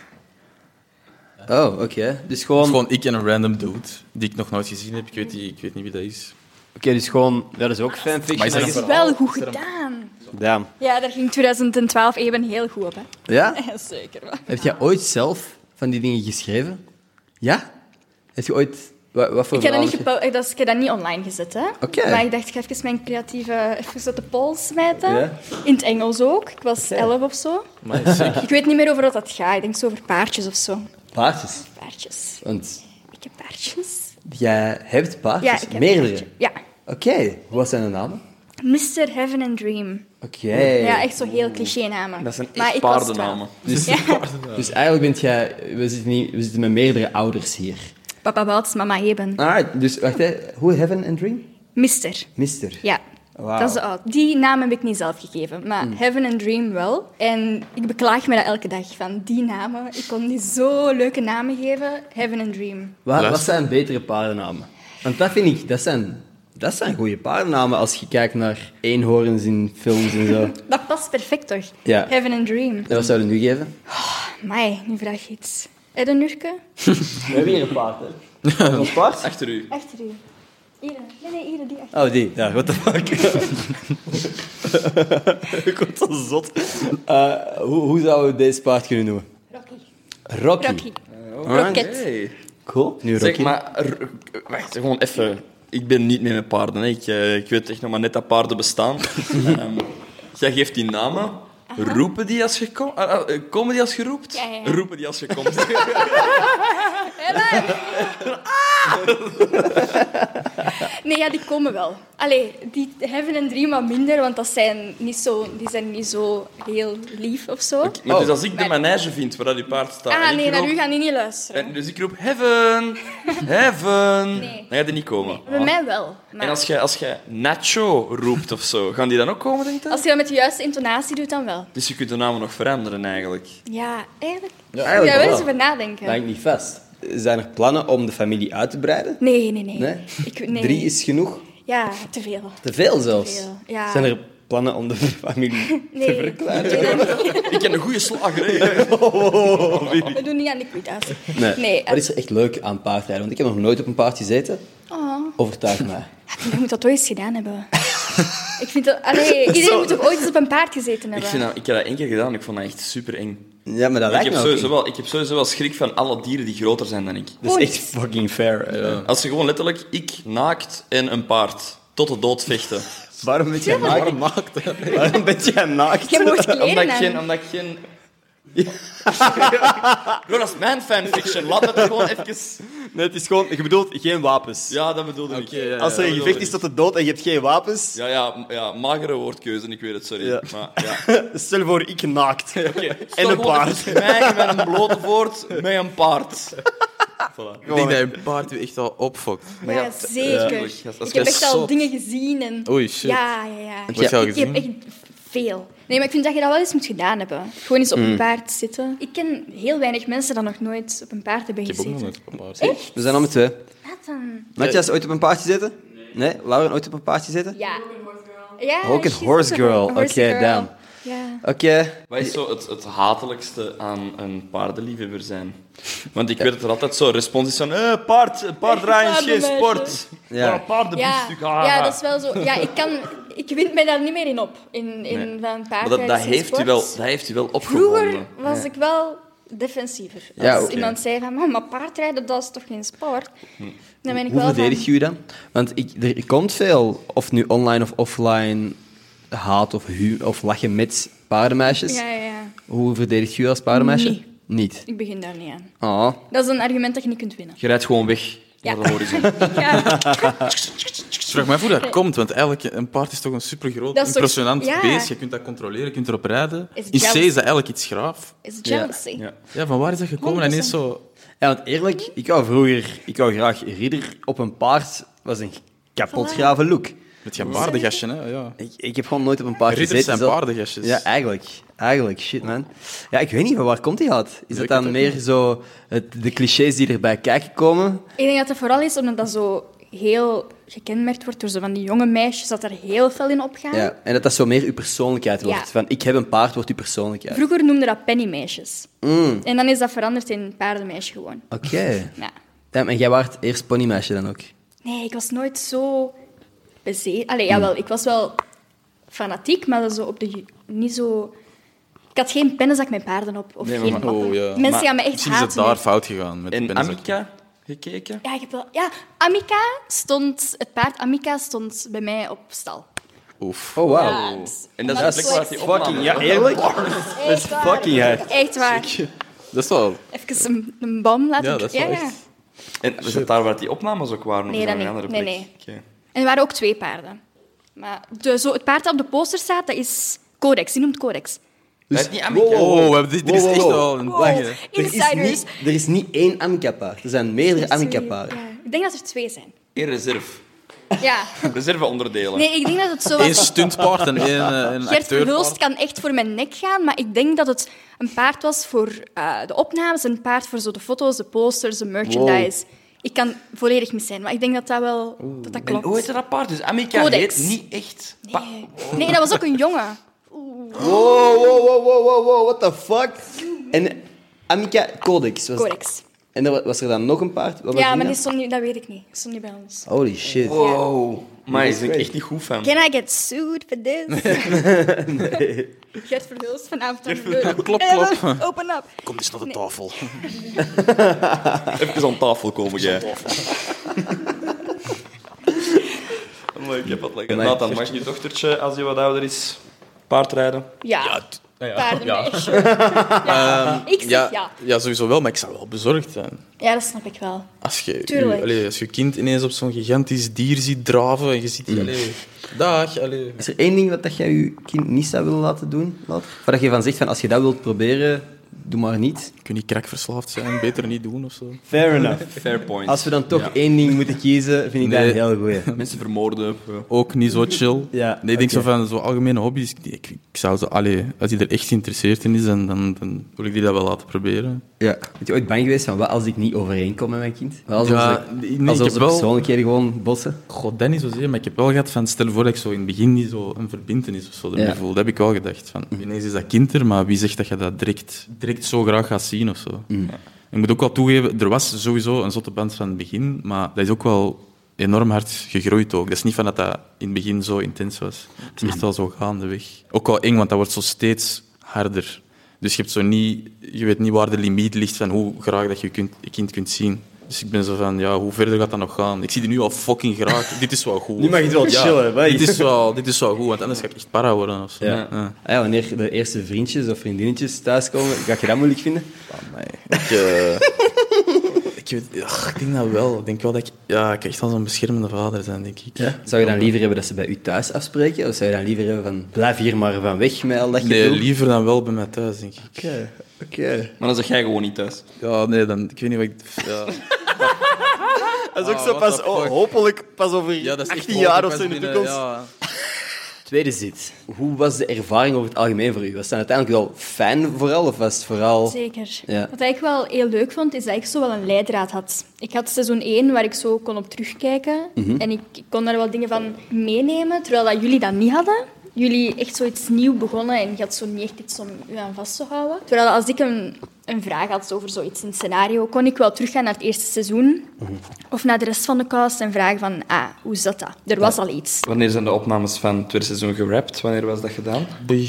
Oh, oké. Dus Het is gewoon... gewoon ik en een random dude die ik nog nooit gezien heb. Ik weet niet wie dat is. Oké, dus gewoon... Dat is ook fanfiction. Maar is er een I guess. verhaal? Wel goed Is er een- gedaan. Damn. Ja, daar ging 2012 even heel goed op, hè. Ja? Ja, zeker wel. Heb jij ooit zelf van die dingen geschreven? Ja? Heb je ooit... Wat voor Ik heb dat verhalen- niet ik heb dat niet online gezet, hè. Oké. Maar ik dacht, ik ga even mijn creatieve even op de pols smijten. Ja. In het Engels ook. Ik was 11 of zo. Maar sick. Ik weet niet meer over wat dat gaat. Ik denk zo over paardjes of zo. Paardjes. Paardjes. Want Ik heb paardjes. jij hebt paardjes? Ja, ik heb Meerdere? paardjes. Ja. Oké. Wat zijn de namen? Mr. Heaven and Dream. Oké. Ja, echt zo heel cliché-namen. Dat zijn Maar echt ik was paardennamen. Dus eigenlijk bent jij... We zitten met meerdere ouders hier. 12. Papa Bouts, mama Eben. Alright, dus wacht hè. Hoe Heaven and Dream? Mister. Mister. Ja. Wauw. Dat is de oud. Die naam heb ik niet zelf gegeven, maar Heaven and Dream wel. En ik beklaag me dat elke dag, van die namen. Ik kon die zo leuke namen geven. Heaven and Dream. Wat zijn betere paardennamen? Want dat vind ik... Dat zijn goede paardennamen als je kijkt naar eenhoorns in films en zo. Dat past perfect, toch? Ja. Heaven and Dream. En wat zouden we nu geven? Amai, nu vraag je iets. Eddenurke? We hebben hier een paard, hè? Een paard? Achter u. Achter u. Hier. Nee, hier, die achter. Oh, die. Ja, what the fuck. Ik word zo zot. Hoe zouden we deze paard kunnen noemen? Rocky. Rocky. Rocky. Rocket. Hey. Cool. Nu Zeg, Rocky. maar... Wacht, gewoon even... Ik ben niet mee met paarden, hè. Ik weet echt nog maar net dat paarden bestaan. Jij geeft die namen. Roepen die als je komt? Komen die als je roept? Ja. Roepen die als je komt. Nee, ja, die komen wel. Allee, die Heaven en Dream wat minder, want die zijn niet zo heel lief of zo. Maar dus als ik de manege vind waar dat die paard staat... en ik Nee, naar roep- u gaan die niet luisteren. en dus ik roep, Heaven, Heaven. Nee. Dan gaat die niet komen. Bij mij wel. Maar En als jij Nacho roept of zo, gaan die dan ook komen, denk je? als je dat met de juiste intonatie doet, dan wel. Dus je kunt de namen nog veranderen, eigenlijk. Ja, eigenlijk. Ja, Moet je eigenlijk daar wel wel. eens over nadenken. Dat hangt niet vast. Zijn er plannen om de familie uit te breiden? Nee. Nee? Nee. 3 is genoeg? Ja, te veel. Te veel zelfs. Te veel, ja. Zijn er plannen om de familie Nee. te verkleinen? Nee, dat niet. Ik ken een goede slager, hè. We doen niet aan liquidatie. Nee. Nee. Wat is er echt leuk aan paardrijden? Want ik heb nog nooit op een paard gezeten. Oh, Overtuig mij. je moet dat toch eens gedaan hebben. Ik vind dat... Allee, iedereen moet toch ooit eens op een paard gezeten hebben? Ik heb dat 1 keer gedaan, ik vond dat echt super eng. Ja, maar dat Ik lijkt heb, me ook sowieso wel, ik heb sowieso wel schrik van alle dieren die groter zijn dan ik. Dat is echt fucking fair. Ja. Als ze gewoon letterlijk naakt en een paard tot de dood vechten. Waarom ben jij naakt? Waarom ben jij naakt? Je moet kleren Omdat ik geen... Bro, dat is mijn fanfiction. Laat het gewoon even... Nee, het is gewoon... Je bedoelt geen wapens. Ja, dat bedoelde ik. Als er een gevecht is tot de dood en je hebt geen wapens... Ja, magere woordkeuze, ik weet het, sorry. Ja. Maar, ja. Stel voor, ik naakt. En Stel een gewoon paard. even Mij met een blote voort, met een paard. Voilà. Ik denk dat je een paard je echt al opfokt. Ja, zeker. tuurlijk. Als Ik jij heb echt al zot- dingen gezien. En... Oei, shit. Ja. Wat heb je al Ik heb gezien? echt veel. Nee, maar ik vind dat je dat wel eens moet gedaan hebben. Gewoon eens op een paard zitten. Ik ken heel weinig mensen die nog nooit op een paard hebben Ik heb ook nog gezeten. nooit op een paard. We zijn al met 2. Wat dan? Matthias, ooit op een paard gezeten? Nee. Lauren, ooit op een paard gezeten? Ja. Ja, Ook een she's horse a girl. horse Oké, girl. damn. Ja. Oké. Wat is zo het hatelijkste aan een paardenliefhebber zijn? Want ik weet dat er altijd zo respons is van paardrijden is geen Paardenmeisje. sport. Ja. Maar paardenbiefstuk, Ja, dat is wel zo. Ja, ik wind mij daar niet meer in op. In van Maar paardrijden dat is geen heeft u wel Vroeger opgewonden. was ik wel defensiever. Als Ja, oké. iemand zei van, maar paardrijden, dat is toch geen sport? Dan ben ik Hoe wel verdedig je je dan? Want er komt veel, of nu online of offline, haat of lachen met paardenmeisjes. Ja. Hoe verdedig je je als paardenmeisje? Niet. Ik begin daar niet aan. Oh. Dat is een argument dat je niet kunt winnen. Je rijdt gewoon weg Ja. naar de horizon. Ja. Ik vraag me af hoe dat komt, want eigenlijk een paard is toch een supergroot, Dat is toch- impressionant ja. beest. Je kunt dat controleren, je kunt erop rijden. Is In C jealous. is dat eigenlijk iets graaf. Is jealousy. Ja. Ja, van waar is dat gekomen? En ineens zo... Ja, want eerlijk, ik wou graag ridder op een paard. Was een kapotgrave look. Met je paardengastje, hè? Ja. Ik heb gewoon nooit op een paard Ridders gezeten. zijn zo- paardengastjes. Ja, eigenlijk. Shit, man. Ja, ik weet niet, van waar komt die haat? Is ik dat dan weet meer zo de clichés die erbij kijken komen? Ik denk dat het vooral is omdat dat zo heel gekenmerkt wordt door zo van die jonge meisjes dat er heel veel in opgaan. Ja, en dat zo meer uw persoonlijkheid wordt. Ja. Van, ik heb een paard, wordt uw persoonlijkheid. Vroeger noemden dat pennymeisjes. Mm. En dan is dat veranderd in paardenmeisje gewoon. Oké. Ja. Damn, en jij waart eerst ponymeisje dan ook? Nee, ik was nooit zo bezeten. Allee, jawel, ik was wel fanatiek, maar zo op de... Niet zo... Ik had geen pennenzak met paarden op, of Nee, geen maar- mappen. Oh, ja. Mensen Maar gaan me echt Misschien is het haten. daar met- fout gegaan met de En pennenzak. Amica gekeken? Ja, ik heb wel... Ja, Amica stond... Het paard Amica stond bij mij op stal. Oef. Oh, wauw. Ja, het- En dat is dat de plek waar is die opname... Ja, eerlijk? Dat is echt waar. fucking hard. Echt waar. Dat is wel... Even een bom laten... Ja, dat is wel echt... En was het daar waar die opnames ook waren? Of Nee, is dat een niet. andere Nee, plek? nee. Oké. En er waren ook 2 paarden. Maar het paard dat op de poster staat, dat is Codex. Die noemt Codex. Dat is niet Amica. Oh, we hebben dit is echt Wow. wel een Wow. ding, hè. Insiders. Er is niet 1 Amica-paard. Er zijn meerdere Amica-paarden. Ja. Ik denk dat er 2 zijn. In reserve. Ja. Reserveonderdelen. Nee, ik denk dat het zo Eén was. stuntpaard en één Gert Verhulst acteurpaard. kan echt voor mijn nek gaan, maar ik denk dat het een paard was voor de opnames en een paard voor zo de foto's, de posters, de merchandise. Ik kan volledig mis zijn, maar ik denk dat dat wel dat En klopt. hoe heet dat paard? Dus Amica Codex. heet niet echt... Nee, dat was ook een jongen. Wow, what the fuck? En Amica Codex. Codex. En was er dan nog een paard? Wat was Ja, maar dan? die stond niet, dat weet ik niet. Die stond niet bij ons. Holy shit. Wow. Maar Dat is is ik crazy. echt niet goed van. Can I get sued for this? Gert Verhulst vanavond aan de deur. Klop, klop. Open up. Kom eens naar de tafel. Even aan tafel komen, jij. Maar ik heb wat lekker. Maar- Nathan, mag je dochtertje, als je wat ouder is, paardrijden? Ja. paardenmeisje. Ja. Ik zeg ja. Ja, sowieso wel, maar ik zou wel bezorgd zijn. Ja, dat snap ik wel. Als Tuurlijk. als je kind ineens op zo'n gigantisch dier ziet draven en je ziet... Dag. Is er één ding wat jij je kind niet zou willen laten doen? Waar dat je van zegt, van, als je dat wilt proberen, doe maar niet. Kun je crackverslaafd zijn, beter niet doen of zo. Fair enough. Fair point. Als we dan toch één ding moeten kiezen, vind ik dat een heel goeie. Mensen vermoorden. Ook niet zo chill. Ja, Nee, ik denk oké. zo van zo algemene hobby's. Ik zou zo, als hij er echt geïnteresseerd in is, dan wil ik die dat wel laten proberen. Ja. Ben je ooit bang geweest van wat als ik niet overeenkom met mijn kind? Wat als Ja, onze, nee, als ik onze heb wel- persoonlijkheden gewoon botsen? God, dat niet zozeer, maar ik heb wel gehad van, stel voor dat ik zo in het begin niet zo een verbintenis of zo ermee voel. Dat heb ik wel gedacht. Van, ineens is dat kind er, maar wie zegt dat je dat direct zo graag gaat zien of zo. Ik moet ook wel toegeven, er was sowieso een zotte band van het begin, maar dat is ook wel enorm hard gegroeid ook. Dat is niet van dat in het begin zo intens was. Het is echt wel zo gaandeweg. Ook wel eng, want dat wordt zo steeds harder. Dus je weet niet waar de limiet ligt van hoe graag dat je je kind kunt zien. Dus ik ben zo van, ja, hoe verder gaat dat nog gaan? Ik zie die nu al fucking graag. Dit is wel goed. Nu mag je het wel chillen, hè? Dit is wel goed, want anders ga ik echt para worden. Of zo. Ja. Ja, wanneer de eerste vriendjes of vriendinnetjes thuiskomen, ga je dat moeilijk vinden? Ik denk dat wel. Ik denk wel dat ik echt wel zo'n beschermende vader zijn, denk ik. Ja? Zou je dan liever hebben dat ze bij u thuis afspreken? Of zou je dan liever hebben van, blijf hier maar van weg met al dat je Nee, doet? liever dan wel bij mij thuis, denk ik. Oké. Maar dan zeg jij gewoon niet thuis. Ja, nee, dan... Ik weet niet wat ik... Ja, Dat is ook Ah, zo what pas, the fuck. hopelijk pas over ja dat is 18 echt jaar of pas zo in de binnen- toekomst. Ja. Tweede zit. Hoe was de ervaring over het algemeen voor u? Was het uiteindelijk wel fijn vooral, of was het vooral... Zeker. Ja. Wat ik wel heel leuk vond, is dat ik zo wel een leidraad had. Ik had seizoen 1 waar ik zo kon op terugkijken. En ik kon daar wel dingen van meenemen, terwijl dat jullie dat niet hadden. Jullie echt zoiets nieuw begonnen en je had zo niet echt iets om je aan vast te houden. Terwijl als ik een vraag had over zoiets in het scenario, kon ik wel teruggaan naar het eerste seizoen. Of naar de rest van de cast en vragen van, hoe zat dat? Er was al iets. Wanneer zijn de opnames van het tweede seizoen gerapt? Wanneer was dat gedaan?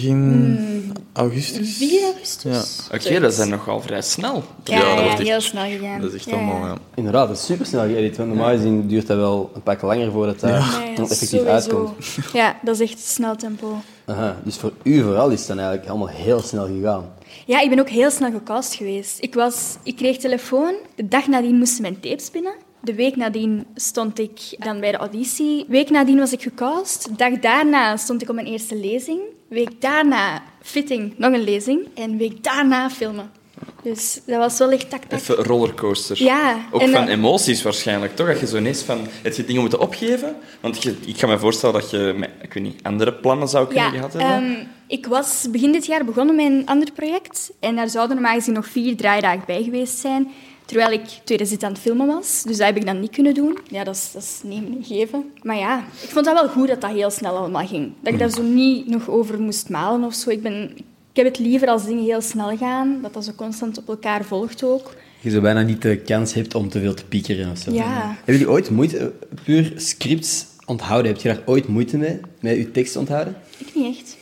Begin augustus. 4 augustus. Oké, dat zijn nogal vrij snel. Ja, Ja, dat wordt echt- heel snel gegaan. Dat is echt Ja, allemaal... ja. Ja. Inderdaad, dat is supersnel geëdit. Want normaal gezien duurt dat wel een pak langer voordat dat Nee, effectief sowieso. uitkomt. Ja, dat is echt snel tempo. Aha, dus voor u vooral is het dan eigenlijk allemaal heel snel gegaan. Ja, ik ben ook heel snel gecast geweest. Ik kreeg telefoon. De dag nadien moesten mijn tapes binnen. De week nadien stond ik dan bij de auditie. Week nadien was ik gecast. De dag daarna stond ik op mijn eerste lezing. Week daarna fitting, nog een lezing. En week daarna filmen. Dus dat was wel echt tak-tak. Even een rollercoaster. Ja, Ook en van dan- emoties waarschijnlijk, toch? Dat je zo ineens van... Heb je dingen moeten opgeven? Want ik kan me voorstellen dat je, ik weet niet, andere plannen zou kunnen gehad hebben. Ik was begin dit jaar begonnen met een ander project. En daar zouden normaal gezien nog 4 draaidagen bij geweest zijn. Terwijl ik tweede zit aan het filmen was. Dus dat heb ik dan niet kunnen doen. Ja, dat is nemen en geven. Maar ja, ik vond dat wel goed dat dat heel snel allemaal ging. Dat ik daar zo niet nog over moest malen of zo. Ik heb het liever als dingen heel snel gaan. Dat dat zo constant op elkaar volgt ook. Je zo bijna niet de kans hebt om te veel te piekeren of zo. Ja. Hebben jullie ooit moeite, puur scripts onthouden, heb je daar ooit moeite mee, met je tekst onthouden? Ik niet echt.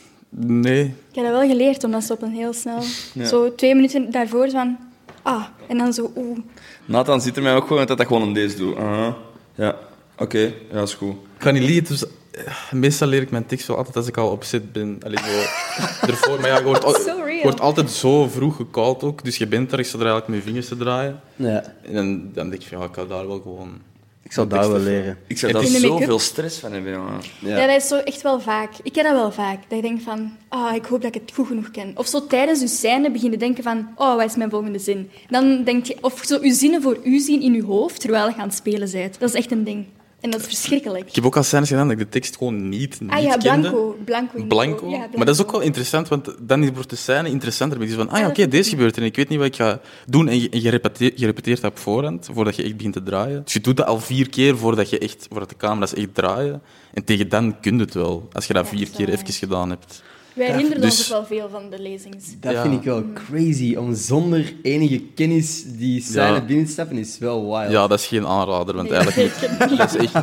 Nee. Ik heb dat wel geleerd, omdat ze op een heel snel... Zo 2 minuten daarvoor van... en dan zo... Nathan ziet er mij ook gewoon dat dat gewoon een deze doet. Ja, oké, ja, is goed. Ik kan niet liegen, dus meestal leer ik mijn tekst wel altijd als ik al opzet ben. Allee, zo ervoor. Maar ja, je real. wordt altijd zo vroeg gecallt ook, dus je bent er, ik sta er eigenlijk met je vingers te draaien. Ja. En dan denk ik van, ja, ik kan daar wel gewoon... Ik zal daar wel leren. Ik zou Het daar is- In de make-up? zoveel stress van hebben, jongen. Ja, dat is zo echt wel vaak. Ik heb dat wel vaak. Dat ik denk van, ik hoop dat ik het goed genoeg ken. Of zo tijdens je scène beginnen denken van, wat is mijn volgende zin? Dan denk je, of zo je zinnen voor u zien in je hoofd, terwijl je aan het spelen bent. Dat is echt een ding. En dat is verschrikkelijk. Ik heb ook al scènes gedaan dat ik de tekst gewoon niet kende. Blanco. Blanco. Ja, Maar dat is ook wel interessant, want dan wordt de scène interessanter. Je van, oké, deze gebeurt er en ik weet niet wat ik ga doen. En je repeteert dat op voorhand, voordat je echt begint te draaien. Dus je doet dat al 4 keer voordat de camera's echt draaien. En tegen dan kun je het wel, als je dat 4 dat is keer wel even gedaan hebt. Wij herinneren dus- ons ook wel veel van de lezings. Dat Ja. vind ik wel crazy. Om zonder enige kennis die scène Ja. binnen te stappen is wel wild. Ja, dat is geen aanrader, want eigenlijk niet.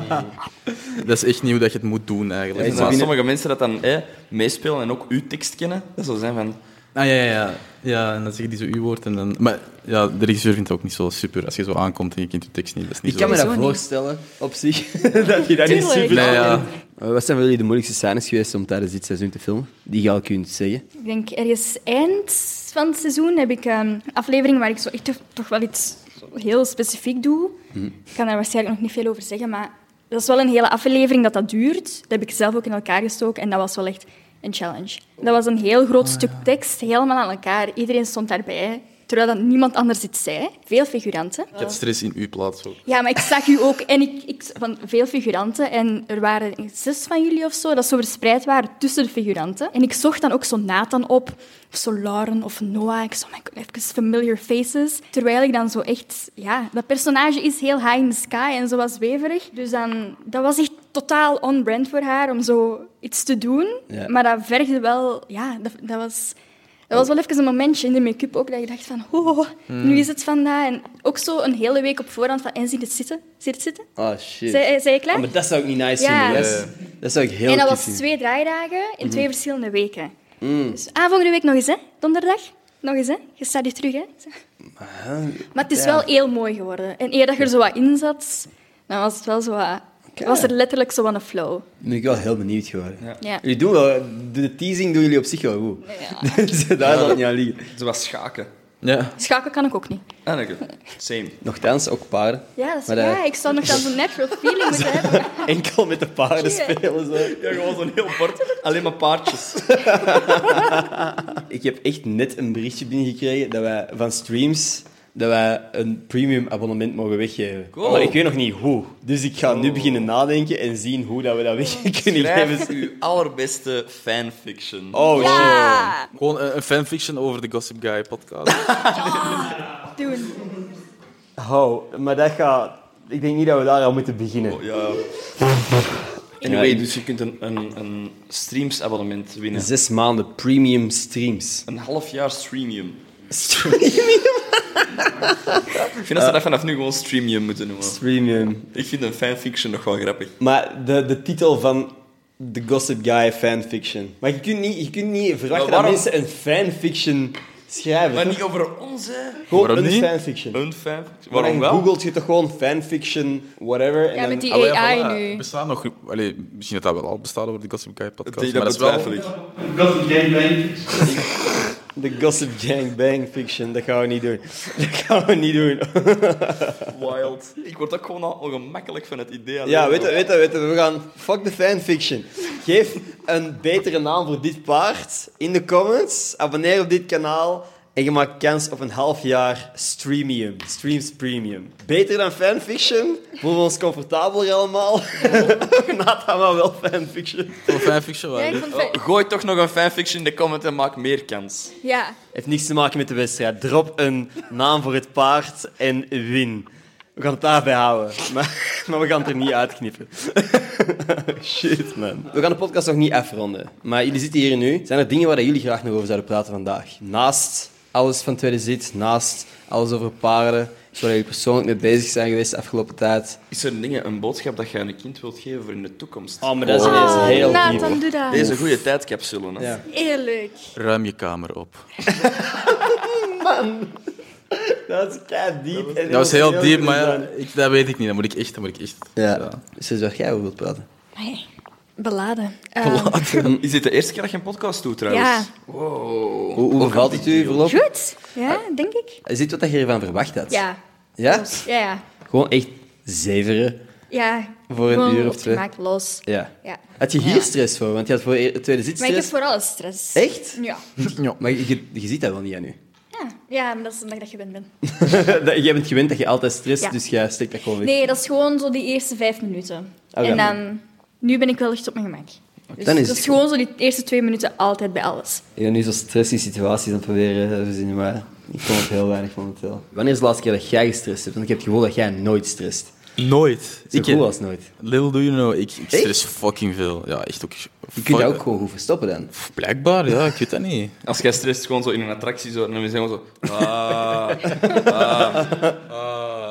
Dat is echt niet hoe dat je het moet doen, eigenlijk. Maar sommige mensen dat dan meespelen en ook uw tekst kennen, dat zou zijn van... Ja, en dan zeggen die zo U-woord. En dan... Maar ja, de regisseur vindt het ook niet zo super. Als je zo aankomt en je kent je tekst niet, dat is niet Ik zo... kan me dat Sowieso niet. voorstellen, op zich, dat je dat niet Tuurlijk. super... Nee, ja. Wat zijn voor jullie de moeilijkste scènes geweest om tijdens dit seizoen te filmen? Die je al kunt zeggen. Ik denk ergens eind van het seizoen heb ik een aflevering waar ik zo echt toch wel iets heel specifiek doe. Ik kan daar waarschijnlijk nog niet veel over zeggen, maar dat is wel een hele aflevering dat duurt. Dat heb ik zelf ook in elkaar gestoken en dat was wel echt een challenge. Dat was een heel groot stuk tekst, helemaal aan elkaar. Iedereen stond daarbij, terwijl dat niemand anders iets zei. Veel figuranten. Je had stress in uw plaats ook. Ja, maar ik zag u ook en ik van veel figuranten en er waren 6 van jullie of zo dat zo verspreid waren tussen de figuranten. En ik zocht dan ook zo Nathan op, of zo Lauren of Noah. Ik zo, even familiar faces. Terwijl ik dan zo echt... Ja, dat personage is heel high in the sky en zo was zweverig. Dus dan, dat was echt totaal on-brand voor haar om zo iets te doen. Ja. Maar dat vergde wel... Ja, dat was... Dat was wel even een momentje in de make-up ook, dat je dacht van, nu is het vandaag. En ook zo een hele week op voorhand van, en zie je het zitten? Zie je het zitten? Oh, shit. Zei je klaar? Oh, maar dat zou ik niet nice Ja. vinden. Dat zou ik heel En dat kut was vinden. 2 draaidagen in 2 verschillende weken. Dus, volgende week nog eens, hè? Donderdag. Nog eens, hè? Je staat hier terug, hè? Maar het is wel heel mooi geworden. En eer dat je er zo wat in zat, dan was het wel zo wat... Was er letterlijk zo van een flow. Dan ben ik wel heel benieuwd geworden. Ja. Jullie doen wel... De teasing doen jullie op zich wel goed. Ja. Dus daar zal het niet aan liggen. Ze was schaken. Ja. Schaken kan ik ook niet. Ah, dank u. Same. Nochtans, ook paarden. Ja, dat is, Maar ja, ik zou nog dan zo'n natural feeling moeten hebben. Enkel met de paarden Shit. spelen. Zo. Ja, gewoon zo'n heel bord. Alleen maar paardjes. Ik heb echt net een berichtje binnengekregen dat wij van Streams dat wij een premium abonnement mogen weggeven. Cool. Maar ik weet nog niet hoe. Dus ik ga nu beginnen nadenken en zien hoe dat we dat weg kunnen Schrijf geven. uw allerbeste fanfiction. Oh, shit. Ja, Gewoon een fanfiction over de Gossip Guy podcast. doen. Oh, maar dat gaat... Ik denk niet dat we daar al moeten beginnen. Ja. Anyway, dus je kunt een streams-abonnement winnen. 6 maanden premium streams. Een half jaar streamium. Ik vind dat ze dat vanaf nu gewoon streamium moeten noemen. Premium. Ik vind een fanfiction nog wel grappig. Maar de titel van de Gossip Guy fanfiction. Maar je kunt niet verwachten Maar dat waarom- mensen een fanfiction schrijven. Maar toch? niet over ons, hè. Gewoon Waarom een niet? fanfiction. Een fanfiction. Maar Waarom dan wel? googelt je toch gewoon fanfiction, whatever. Ja, en dan... met die Allee, AI voilà. nu. Bestaat nog... Allee, misschien dat dat wel al bestaat over de Gossip Guy podcast. Dat maar dat is betwijfel wel... ik. De Gossip Gang Bang fiction, dat gaan we niet doen. Dat gaan we niet doen. Wild. Ik word ook gewoon al ongemakkelijk van het idee. alleen. Ja, weet je, we gaan... Fuck de fanfiction. Geef een betere naam voor dit paard in de comments. Abonneer op dit kanaal. En je maakt kans op een half jaar streamium. Streams premium. Beter dan fanfiction? Voelen we ons comfortabeler allemaal? Nathan, maar wel fanfiction. Een fanfiction Ja, ik wel. vond het Gooi toch nog een fanfiction in de comment en maak meer kans. ja. Heeft niks te maken met de wedstrijd. Drop een naam voor het paard en win. We gaan het daarbij houden. Maar we gaan het er niet uitknippen. Shit, man. We gaan de podcast nog niet afronden. Maar jullie zitten hier nu. Zijn er dingen waar jullie graag nog over zouden praten vandaag? Naast alles van Tweede Zit, naast alles over paarden, iets waar jullie persoonlijk mee bezig zijn geweest de afgelopen tijd. Is er een boodschap dat je aan een kind wilt geven voor in de toekomst? Oh, maar dat is ineens heel Nathan, diep. doe dat. Deze goede tijdcapsule. Hè? Ja. Eerlijk. Ruim je kamer op. Dat is kei diep. en Dat was heel diep, interessant. maar ja, dat weet ik niet. Dat moet ik echt... Ja. Dus is waar jij over wilt praten. Nee, beladen. Is dit de eerste keer dat je een podcast doet, trouwens? Ja. Wow. Hoe bevalt het u voorlopig? Goed. Ja, denk ik. Is dit wat je ervan verwacht had? Ja. Ja? Ja. Gewoon echt zeveren. Ja. Voor een Gewoon uur of op twee. gemaakt, los. Ja. Ja. Had je hier Ja. stress voor? Want je had voor de tweede zit Maar ik heb stress. vooral stress. Echt? Ja. Maar je ziet dat wel niet aan u. Ja, maar dat is omdat ik dat gewend ben. Jij bent gewend dat je altijd stress, Ja. dus jij steekt dat gewoon weg. Nee, dat is gewoon zo die eerste 5 minuten. Oh, ja. En dan... Nu ben ik wel echt op mijn gemak. Dus Dan is dat het is gewoon zo die eerste 2 minuten altijd bij alles. Ik ben nu zo stressige situaties aan het proberen te verzinnen, maar ik kom op heel weinig momenteel. Wanneer is de laatste keer dat jij gestrest hebt? Want ik heb het gevoel dat jij nooit stresst. Nooit. Zo goed als nooit. Little do you know, ik stress fucking veel. Ja, echt ook... Je kunt dat ook gewoon goed verstoppen dan. Blijkbaar, ja, ik weet dat niet. Als jij stresst gewoon zo in een attractie zo, en dan is het gewoon zo...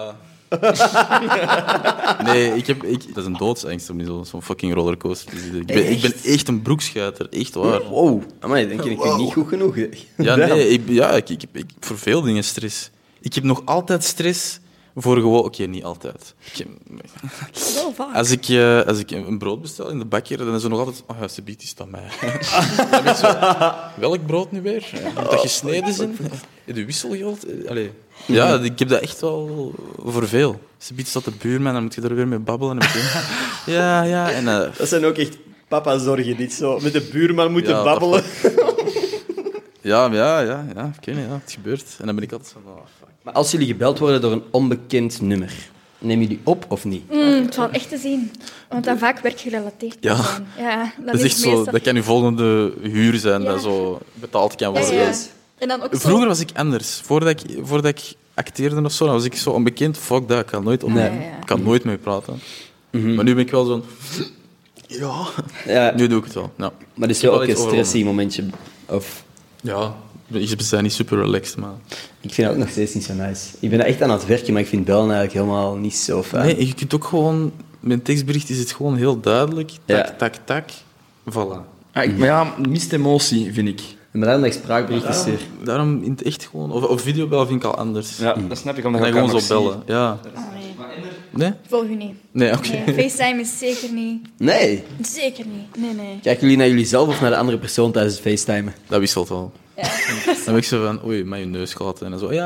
Nee, dat is een doodsangst om in zo'n fucking rollercoaster te zitten. Ik ben echt een broekschuiter, echt waar. Wow. Amai, denk je, ik vind niet goed genoeg. Ja, nee, ik voor veel dingen stress. Ik heb nog altijd stress voor gewoon... Oké, niet altijd. Wel vaak. Als ik een brood bestel in de bakker, dan is er nog altijd... Oh ja, subiet is dat mij. Dan ben ik zo, welk brood nu weer? Moet dat gesneden zijn? De wisselgeld? Allee. Ja, ik heb dat echt wel voor veel. Subiet staat de buurman, dan moet je er weer mee babbelen. En meteen... Ja. En, Dat zijn ook echt papa-zorgen, niet zo met de buurman moeten Ja, babbelen. ja, ik weet niet, het gebeurt. En dan ben ik altijd van... Oh, fuck. Maar als jullie gebeld worden door een onbekend nummer, neem je die op of niet? Het valt echt te zien. Want dat vaak werkgerelateerd kan Ja. zijn. Ja, Dat is echt zo, meestal... dat kan je volgende huur zijn, Ja. dat zo betaald kan worden. Ja. En dan ook zo... Vroeger was ik anders. Voordat ik acteerde of zo, dan was ik zo onbekend. Fuck dat, ik kan nooit, Nee. ik kan nooit mee praten. Maar nu ben ik wel zo'n... Ja, Ja, nu doe ik het wel. Ja. maar het is Ik heb wel ook wel een iets stressy momentje. Of... Ja, ik ben niet super relaxed, maar... Ik vind dat ook nog steeds niet zo nice. Ik ben echt aan het werken, maar ik vind bellen eigenlijk helemaal niet zo fijn. Nee, je kunt ook gewoon... Met tekstbericht is het gewoon heel duidelijk. Tak, Ja. tak. Voilà. Maar ja, mist emotie, vind ik. Maar daarom dat ik spraakberichten stuur. Daarom in het echt gewoon... Of videobellen vind ik al anders. Ja, dat snap ik, omdat En je dan elkaar gewoon nog zo ziet. bellen. Ja. Oh, nee. Nee? Ik volg u niet. Nee, oké. Nee, FaceTime is zeker niet. Nee. Zeker niet. Nee. Kijken jullie naar jullie zelf of naar de andere persoon tijdens het facetimen? Dat wisselt wel. Ja. Dan ben ik zo van, oei, met je neus gehad. En dan zo, ja.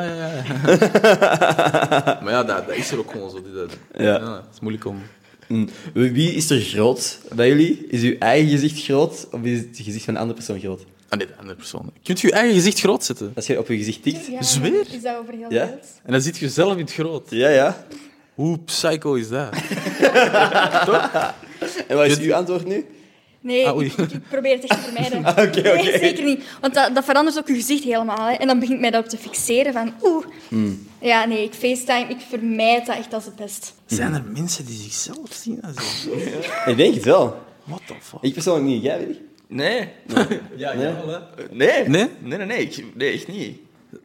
Maar ja, dat is er ook gewoon zo. Ja. Het is moeilijk om... Wie is er groot bij jullie? Is uw eigen gezicht groot of is het gezicht van een andere persoon groot? Ah nee, de andere persoon. Kunt je je eigen gezicht groot zetten? Als je op je gezicht tikt? Ja, Zweer? Is dat over heel Ja? beeld? En dan zit je zelf in het groot. Ja. Hoe psycho is dat? En wat is uw antwoord nu? Nee, Ah, oei. ik probeer het echt te vermijden. Oké. Nee, zeker niet. Want dat verandert ook je gezicht helemaal. Hè. En dan begint mij daarop te fixeren van... Ja, nee, ik FaceTime, ik vermijd dat echt als het best. Zijn er mensen die zichzelf zien als Ik denk het wel. What the fuck? Ik persoonlijk niet. Jij, Willy? Nee. Ja, Nee. wel, hè. Nee. Nee? Nee, echt niet.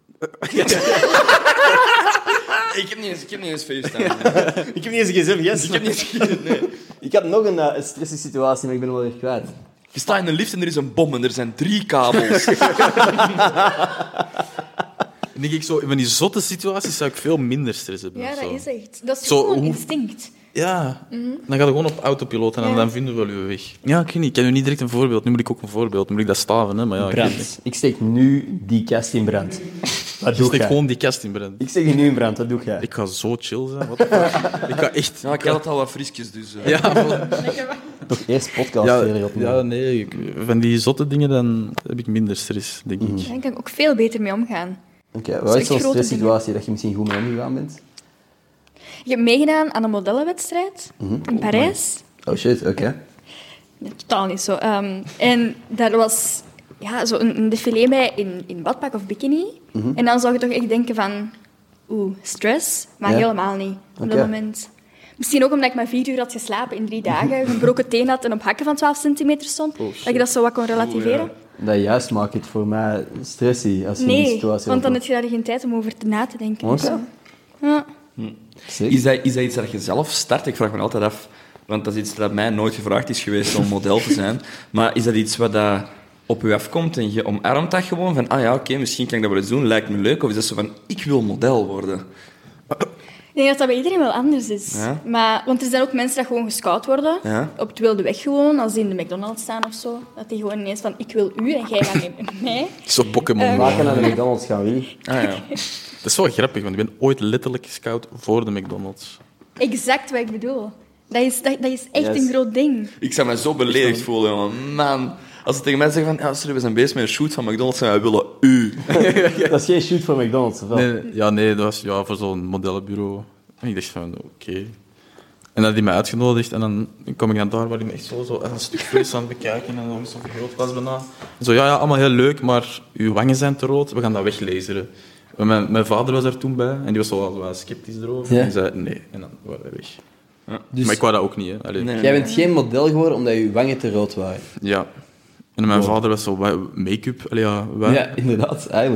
Ik heb niet eens FaceTime. Ik heb niet eens gezegd, yes. Ik heb niet eens... Nee. Ik had nog een stressige situatie, maar ik ben hem wel weer kwijt. Je staat in een lift en er is een bom en er zijn 3 kabels. En denk ik zo, in die zotte situaties zou ik veel minder stress hebben. Ja, of dat zo. is echt... Dat is Zo, gewoon hoe- instinct. Ja, dan gaat het gewoon op autopiloot en Ja. dan vinden we wel uw weg. Ja, ik weet niet, ik ken nu niet direct een voorbeeld. Nu moet ik ook een voorbeeld, nu moet ik dat staven. Hè? Maar ja, ik weet niet. Brand. Ik steek nu die kast in brand. Wat Ik doe steek jij? gewoon die kast in brand. Ik steek die nu in brand, wat doe jij? Ik ga zo chill zijn. What the fuck? Ik ga echt... Ja, ik had het al wat frisjes, dus... Ja, Toch eerst podcast ja, verder opnemen. ja, nee. Van die zotte dingen dan heb ik minder stress, denk ik. Daar kan ik ook veel beter mee omgaan. Oké, wat is echt zo'n grote stresssituatie dat je misschien goed mee omgegaan bent? Ik heb meegedaan aan een modellenwedstrijd in Parijs. Oh shit, oké. Nee, totaal niet zo. En daar was zo een défilé bij in badpak of bikini. En dan zou je toch echt denken van... stress. Maar Ja. helemaal niet op Oké. dat moment. Misschien ook omdat ik maar 4 uur had geslapen in 3 dagen. Een gebroken teen had en op hakken van 12 centimeter stond. Dat je dat zo wat kon relativeren. Dat juist maakt het voor mij stressy als je in die Nee, situatie want dan heb opkomt. je daar geen tijd om over na te denken. Oké. Dus, ja. Sick. Is dat iets dat je zelf start? Ik vraag me altijd af, want dat is iets dat mij nooit gevraagd is geweest om model te zijn. Maar is dat iets wat dat op je afkomt en je omarmt dat gewoon? Van, oké, misschien kan ik dat wel eens doen, lijkt me leuk. Of is dat zo van, ik wil model worden? Ik denk dat dat bij iedereen wel anders is. Ja. Maar, want er zijn ook mensen die gewoon gescout worden. Ja. Op het wilde weg gewoon, als die in de McDonald's staan of zo. Dat die gewoon ineens van, ik wil u en jij gaat met mij. Zo Pokémon. Waar kan naar de McDonald's gaan, Willy? Ah ja. Dat is wel grappig, want ik ben ooit letterlijk gescout voor de McDonald's. Exact wat ik bedoel. Dat is echt Yes. een groot ding. Ik zou me zo beledigd voelen, jongen. Man, als ze tegen mij zeggen van, sorry, we zijn bezig met een shoot van McDonald's en wij willen u. Dat is geen shoot voor McDonald's, of wel? Nee, dat was voor zo'n modellenbureau. En ik dacht van, oké. En dan had hij mij uitgenodigd en dan kom ik naar daar waar hij me echt zo een stuk vlees aan het bekijken en dan zo'n vergrootglas bijna. En zo, ja, allemaal heel leuk, maar uw wangen zijn te rood, we gaan dat weglaseren. Mijn vader was daar toen bij en die was wel sceptisch erover. Ja. En die zei, nee, en dan waren we weg. Dus Maar ik wou dat ook niet, hè. Allee. Nee. jij bent geen model geworden omdat je wangen te rood waren. Ja. En mijn vader was zo, make-up, allee, ja, wij. Ja, inderdaad, eigenlijk.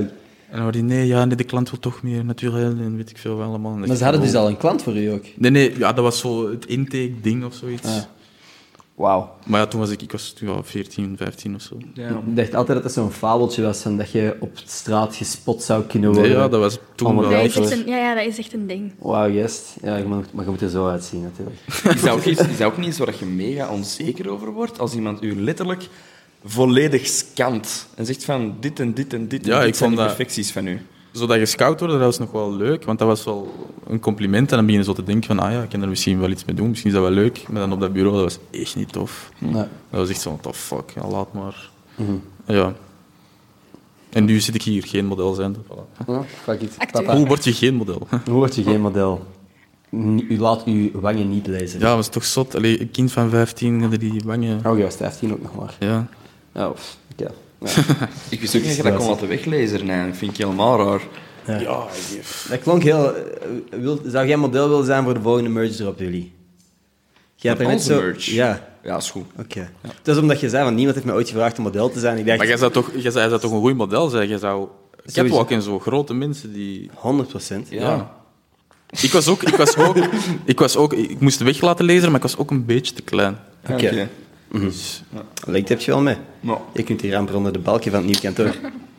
En dan hoorde hij, nee, de klant wil toch meer naturel en weet ik veel wel allemaal. Maar ze hadden dus al een klant voor u ook? Nee, ja, dat was zo het intake-ding of zoiets. Ah. Wauw. Maar ja, toen was ik 14, 15 of zo. Ja. Ik dacht altijd dat dat zo'n fabeltje was, van dat je op straat gespot zou kunnen worden. Nee, ja, dat was toen Allemaal wel. Dat wel. is echt dat is echt een ding. Wauw, yes. Ja, maar je moet er zo uitzien, natuurlijk. Is dat ook niet zo dat je mega onzeker over wordt als iemand u letterlijk volledig scant en zegt van dit en dit en dit en Ja, dit ik zijn vond de dat- perfecties van u? Zodat je scout wordt, dat was nog wel leuk, want dat was wel een compliment. En dan begin je zo te denken van, ik kan er misschien wel iets mee doen, misschien is dat wel leuk. Maar dan op dat bureau, dat was echt niet tof. Nee. Dat was echt zo, what the fuck, ja, laat maar. Ja. En nu zit ik hier, geen model zijn. Voilà. Ja, fuck it. Acteur. Papa, Hoe word je geen model? hoe word je geen model? U laat uw wangen niet lezen. Ja, dat was toch zot. Allee, een kind van 15, hadden die wangen... Oh, je was 15 ook nog maar. Ja. Oh, oké. Ja. Ik wist ook niet dat je dat kon laten weglezen. Nee, dat vind ik helemaal raar. Ja. Dat klonk heel... zou jij model willen zijn voor de volgende merch drop, jullie? Jij hebt Van er net onze zo... merch? Ja, Ja, is goed. oké. Het is omdat je zei, van niemand heeft me ooit gevraagd om model te zijn. Ik dacht... Maar jij zou toch een goed model zijn? Jij zou... Catwalk en zo, grote mensen die... 100%. Ja. Ik moest de weg laten lezen, maar ik was ook een beetje te klein. Oké. Dus, Lijkt heb je wel mee. Nou, Je kunt hier amper onder de balkje van het nieuw kantoor.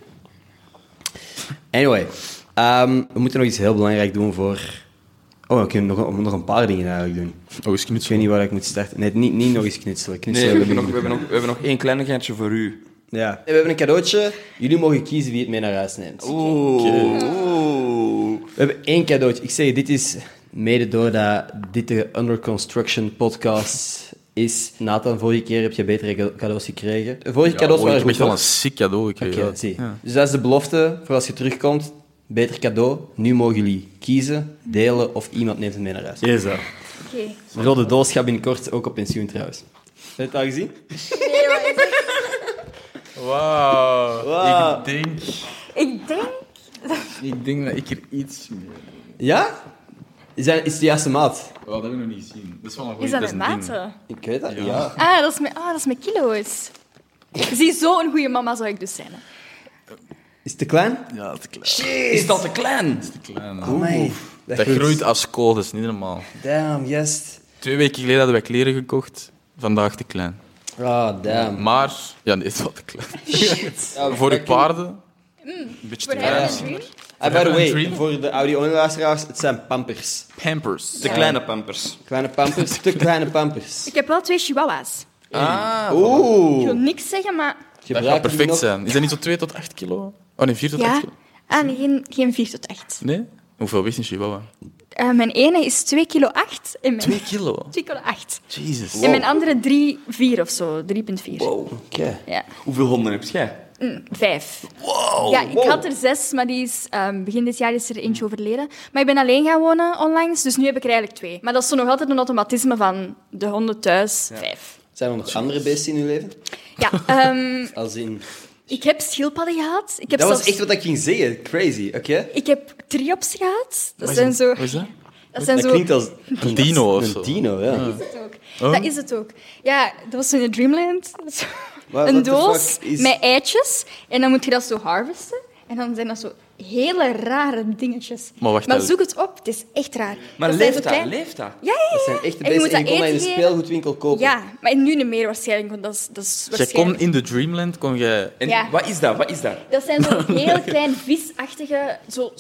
Anyway, we moeten nog iets heel belangrijk doen voor... Oh, we kunnen nog een paar dingen eigenlijk doen. oh, is Ik weet knutselen. niet waar ik moet starten. Nee, niet nog eens knutselen. nee, Knutselen we hebben nog één kleinigheidje voor u. Ja. We hebben een cadeautje. Jullie mogen kiezen wie het mee naar huis neemt. Oeh. We hebben één cadeautje. Ik zeg, dit is mede doordat dit de Under Construction podcast is. Nathan, vorige keer heb je betere cadeaus gekregen. De vorige cadeaus ik waren heb goed. echt wel hoor. een sick cadeau gekregen. Oké, zie. Ja. Dus dat is de belofte voor als je terugkomt. Beter cadeau. Nu mogen jullie kiezen, delen of iemand neemt het mee naar huis. Yes, dat. Oké. De rode doos gaat binnenkort ook op pensioen trouwens. Heb je het al gezien? Wauw. Wow. Ik denk... Ik denk dat ik er iets mee... Ja? Is het de juiste maat? Oh, dat heb ik nog niet gezien. Dat is wel een goeie, Is dat is een een ding. maten? Ik weet dat, ja. Dat is met kilo's. Zie, zo'n goede mama zou ik dus zijn. Hè. Is het te klein? Ja, dat is te klein. Is dat te klein? Te klein. Oh, my. Dat groeit als kool, dat is niet normaal. Damn, yes. 2 weken geleden hadden wij kleren gekocht. Vandaag te klein. Oh, damn. Maar... Ja, nee, het is wel te klein. Ja, Voor de paarden... Een beetje te Voor hem klein. en Dream? By the way, Dream? voor de audio-onluisteraars, het zijn pampers. Pampers. De kleine pampers. Kleine pampers, te kleine pampers. Ik heb wel 2 chihuahuas. Ik Oeh. wil niks zeggen, maar... Dat Gebruik gaat die perfect nog? zijn. Is dat niet zo 2 tot 8 kilo? Oh nee, 4 tot 8 Ja. kilo. Nee, geen 4 tot 8. Nee? Hoeveel weegt een chihuahua? Mijn ene is 2,8 kilo en mijn... 2 kilo? 2,8 kilo. Jezus. En mijn andere 3,4 of zo. 3,4. Wow. Oké. Ja. Hoeveel honden heb jij? 5. Ja, ik had er 6, maar die is, begin dit jaar is er eentje overleden. Maar ik ben alleen gaan wonen onlangs, dus nu heb ik er eigenlijk 2. Maar dat is zo nog altijd een automatisme van de honden thuis, 5. Zijn er nog andere beesten in uw leven? Ja, Als in... ik heb schildpadden gehad. Ik heb Dat was zelfs- echt wat ik ging zeggen. Crazy, oké? Ik heb triops gehad. Dat zijn zo... Wat is dat? Dat zijn Dat zo... klinkt als... Een dino of zo. Een dino, ja. Dat is het ook. Dat is het ook. Ja, dat was zo in Dreamland. What Een the doos fuck is- met eitjes. En dan moet je dat zo harvesten. En dan zijn dat zo hele rare dingetjes. Maar wacht maar even. zoek het op. Het is echt raar. Maar dat zijn leeft zo dat? klein- Leeft dat? Ja, ja, Dat ja. zijn echte En je moet beesten en je dat kon dat in eten een geven. speelgoedwinkel kopen. Ja, maar nu niet meer waarschijnlijk, want dat is Jij waarschijnlijk... kon in de Dreamland, kon jij... En Ja. wat is dat? Wat is dat? Dat zijn zo heel klein visachtige, zo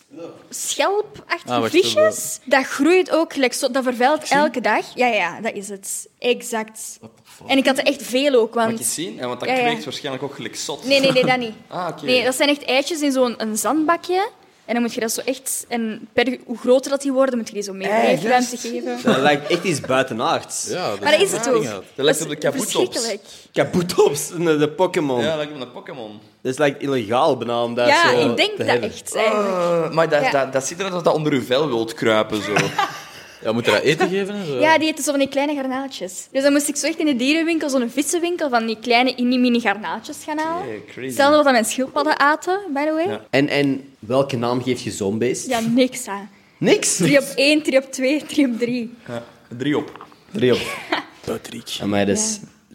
schelpachtige Ah, wacht, visjes. Dat groeit ook, gelijk zo, dat vervuilt elke dag. Ja, ja, dat is het. Exact. En ik had er echt veel ook, Mag je want... het zien? Ja, want dat Ja, ja. kweekt waarschijnlijk ook gelijk zot. Nee, dat niet. Ah, oké. Nee, dat zijn echt eitjes in zo'n een zandbakje. En dan moet je dat zo echt... En hoe groter dat die worden, moet je die zo meer leefruimte geven. Dat lijkt echt iets buitenaards. Ja, Maar dat is het ook. Dat lijkt op de is Kabutops. verschrikkelijk. Kabutops, de Pokémon. Ja, dat lijkt op een Pokémon. Dat is like illegaal bijna om dat Ja, zo ik denk te dat hebben. echt, eigenlijk. Maar dat, Ja. dat ziet eruit als dat onder uw vel wilt kruipen. Zo. Ja, moet je dat eten geven? En zo? Ja, die eten zo van die kleine garnaaltjes. Dus dan moest ik zo echt in de dierenwinkel, zo'n vissenwinkel, van die kleine mini garnaaltjes gaan halen. Hey, crazy. Hetzelfde wat mijn schildpadden aten, by the way. Ja. En welke naam geef je zo'n beest? Ja, niks aan. Niks? 3 op 1, 3 op 2, 3 op 3. Ja, 3 op. 3 op. Patrick. Amai, dat is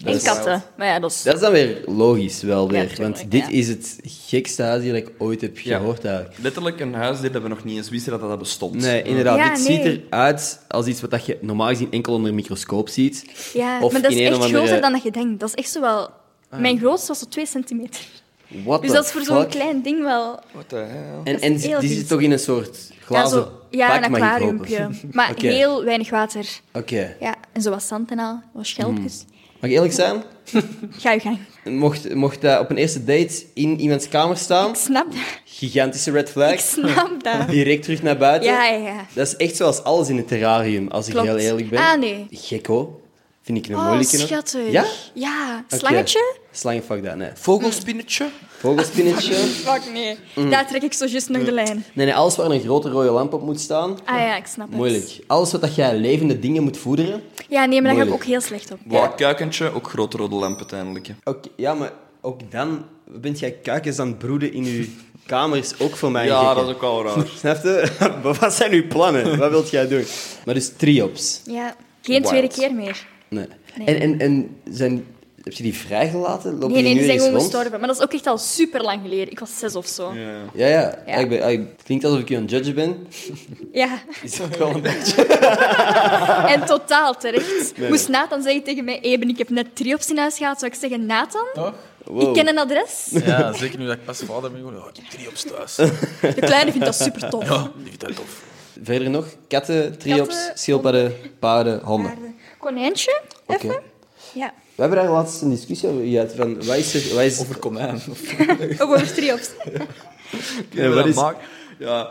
En katten. Maar ja, dat is... Dat is dan weer logisch wel weer. tuurlijk, want dit ja. is het gekste huisdier dat ik ooit heb gehoord eigenlijk. Letterlijk een huisdier dat we nog niet eens wisten dat bestond. Nee, inderdaad. Ja, dit nee. ziet eruit als iets wat je normaal gezien enkel onder een microscoop ziet. Ja, Of maar dat is in een echt of andere- groter dan dat je denkt. Dat is echt zo wel... Mijn grootste was zo 2 centimeter. What Dus the dat is voor zo'n fuck? klein ding wel... What the hell? En dat is heel die vies. zit toch in een soort glazen ja, bak, een mag ik aquariumpje. hopen? Maar Oké. heel weinig water. Oké. Ja, en zo wat zand en al. Wat schelpjes. Mag ik eerlijk zijn? Ga je gang. Mocht dat op een eerste date in iemands kamer staan, Ik snap dat. gigantische red flag, Ik snap dat. direct terug naar buiten. Ja. Dat is echt zoals alles in het terrarium, als ik Klopt. heel eerlijk ben. Ah, nee. Gekko. Vind ik een Oh, moeilijke. schattig. Ja? Ja. Oké. Slangetje? Slangen, fuck dat, nee. Vogelspinnetje? Vogelspinnetje. Fuck, nee. Daar trek ik zo juist nog de lijn. Nee, alles waar een grote rode lamp op moet staan, Ah ja, ik snap het. moeilijk. Alles wat jij levende dingen moet voederen. Ja, nee, maar daar ga ik Moeilijk. ook heel slecht op. Wat kuikentje, ook grote rode lamp uiteindelijk. Hè. Oké, ja, maar ook dan bent jij kuikens aan het broeden in je kamer, is ook voor mij Ja, gekke. dat is ook wel raar. Snap je? Wat zijn uw plannen? Wat wilt jij doen? Maar dus triops. Ja. Geen Wild. tweede keer meer. Nee. Nee. En heb je die vrijgelaten? Lopen Nee, die die nu zijn ergens gewoon rond? gestorven. Maar dat is ook echt al super lang geleden. Ik was 6 of zo. Ja. Ja. Ja. Het klinkt alsof ik je een judge ben. Ja. Is ook wel een beetje. En totaal terecht. Moest Nathan zeggen tegen mij, Eben, ik heb net triops in huis gehad, zou ik zeggen, Nathan, Wow. ik ken een adres. Ja, zeker nu dat ik pas vader ben geworden. Ik heb 3 op thuis. De kleine vindt dat super tof. Ja, die vindt dat tof. Verder nog? Katten, triops, Katten, schildpadden, paarden, honden. Konijntje, even. Oké. Ja, We hebben daar laatst een discussie over gehad. Van, wat is... Over konijn. over triops. Ja, wat is... Ja.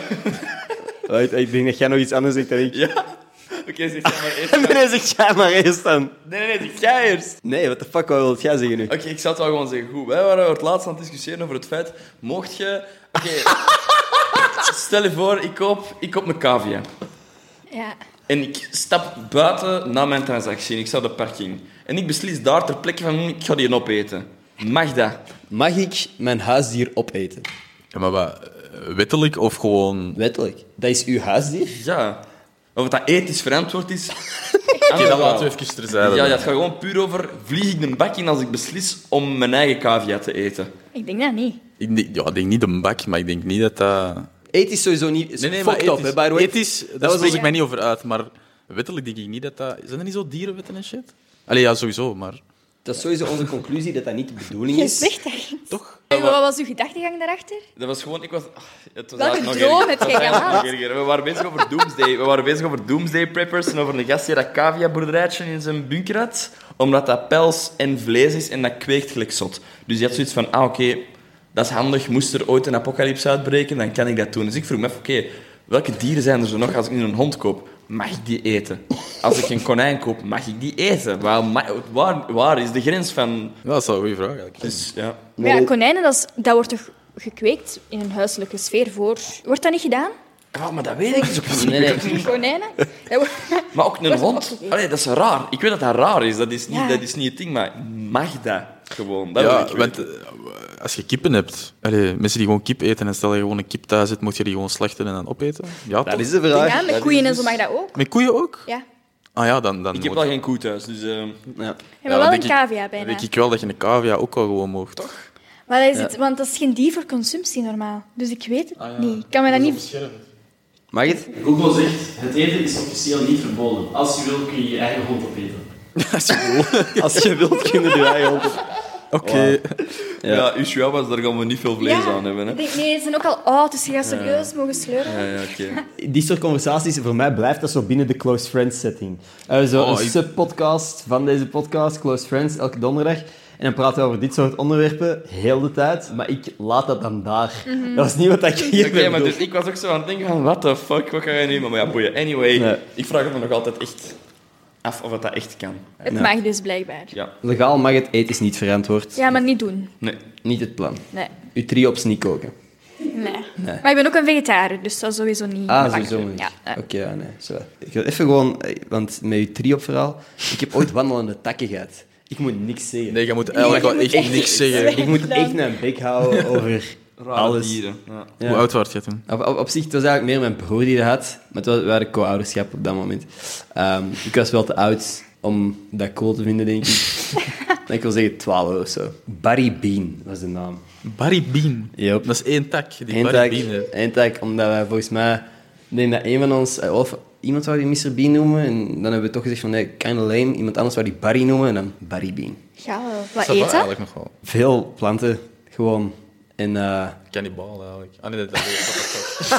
Wacht, ik denk dat jij nog iets anders zegt dan ik. Ja. Oké, zeg jij maar eerst. Nee, zeg jij maar eerst dan. Nee, zeg jij eerst. Nee, what the fuck, wat wil jij zeggen nu? Oké, ik zal het wel gewoon zeggen. Goed, wij waren het laatst aan het discussiëren over het feit... Mocht je... Oké. Stel je voor, ik koop een cavia. Ja. En ik stap buiten na mijn transactie en ik sta op de parking. En ik beslis daar ter plekke van, ik ga die opeten. Mag dat? Mag ik mijn huisdier opeten? Ja, maar wat? Wettelijk of gewoon... Wettelijk. Dat is uw huisdier? Ja. Of dat ethisch verantwoord is... Oké, dat laten we even terzijde. Ja, het gaat gewoon puur over... Vlieg ik de bak in als ik beslis om mijn eigen cavia te eten? Ik denk dat niet. Ik denk niet een bak, maar ik denk niet dat dat... Ethisch sowieso niet. Nee, Fucked maar up, hè, by the way. ethisch, daar was spreek onze- ik mij niet over uit, maar wettelijk denk ik niet dat dat... Zijn er niet zo dierenwetten en shit? Allee, ja, sowieso, maar... Dat is sowieso onze conclusie, dat dat niet de bedoeling Je is. zegt dat niet. Toch? En wat was uw gedachtegang daarachter? Dat was gewoon... Het was Welke eigenlijk nog droom erger. heb jij Het was eigenlijk gehad? nog erger. We waren bezig over Doomsday. We waren bezig over Doomsday Preppers en over een gast die dat cavia-boerderijtje in zijn bunker had, omdat dat pels en vlees is en dat kweekt gelijk zot. Dus die had zoiets van, oké, dat is handig. Moest er ooit een apocalypse uitbreken, dan kan ik dat doen. Dus ik vroeg me af, oké, welke dieren zijn er zo nog als ik nu een hond koop? Mag ik die eten? Als ik een konijn koop, mag ik die eten? Waar is de grens van... Ja, dat is wel een goede vraag, eigenlijk. Dus, ja. Maar ja, konijnen, dat wordt toch gekweekt in een huiselijke sfeer voor... Wordt dat niet gedaan? Ja, maar dat weet ik dus ook niet. Nee. Konijnen? Dat wordt... Maar ook een Wordt hond. opgegeten. Allee, dat is raar. Ik weet dat dat raar is. Dat is niet, Ja. dat is niet het ding, maar mag dat gewoon? Dat wil Ja, ik weten. want als je kippen hebt, mensen die gewoon kip eten en stel je gewoon een kip thuis hebt, moet je die gewoon slachten en dan opeten? Ja, Dat toch? is de vraag. Ja, met Dat koeien is en zo dus- mag dat ook. Met koeien ook? Ja. Ah ja, dan Ik heb moet- wel geen koe thuis, dus... Ja. Ja, maar Ja, wel dan een denk ik- cavia Dan bijna. denk ik wel dat je een cavia ook wel gewoon mag, toch? Maar dat is het, want dat is geen dier voor consumptie normaal. Dus ik weet het niet. Ik kan me dat niet... Mag het? Google zegt, het eten is officieel niet verboden. Als je wil, kun je je eigen hond opeten. Als je wilt, kunnen we je eigen hond op. Oké. Ja, uw chihuahuas, daar gaan we niet veel vlees aan hebben, hè. Ik denk, nee, ze zijn ook al oud, dus je gaat serieus mogen sleuren. Ja, oké. Die soort conversaties, voor mij blijft dat zo binnen de Close Friends setting. Zo Oh, een ik- subpodcast van deze podcast, Close Friends, elke donderdag. En dan praten we over dit soort onderwerpen, heel de tijd. Maar ik laat dat dan daar. Dat was niet wat ik hier Oké, ben maar bedoeld. dus ik was ook zo aan het denken van, what the fuck, wat ga je nemen? Maar ja, boeien. Anyway, Nee. ik vraag het me nog altijd echt af of dat echt kan. Het mag dus blijkbaar. Ja, Legaal mag het, eten is niet verantwoord. Ja, maar niet doen. nee. Niet het plan. Nee. Uw triops niet koken. Nee. Maar ik ben ook een vegetariër, dus dat is sowieso niet... Ah, makkelijk. sowieso niet. Ja, ja. Oké, ja, nee. Zo. Ik ga even gewoon... Want met uw triop-verhaal... Ik heb ooit wandelende takken gehad. Ik moet niks zeggen. Nee, je moet eigenlijk wel echt niks zeggen. Ik moet echt mijn bek houden over Rare alles. dieren. Ja. Ja. Hoe oud was je toen? Op zich, het was eigenlijk meer mijn broer die dat had. Maar we hadden co-ouderschap op dat moment. Ik was wel te oud om dat cool te vinden, denk ik. Ik wil zeggen 12 of zo. Barry Bean was de naam. Barry Bean. Yep. Dat is 1 tak. Die Eén Barry tak, Bean. Hè. één tak, omdat wij volgens mij... Ik denk dat een van ons... Of iemand wou die Mr. Bean noemen. En dan hebben we toch gezegd van, nee, kinda lame. Iemand anders wou die Barry noemen. En dan Barry Bean. Ja, Dat wat is wel eten? eigenlijk nog wel. Veel planten, gewoon. En... Cannibal eigenlijk. Ah nee, dat is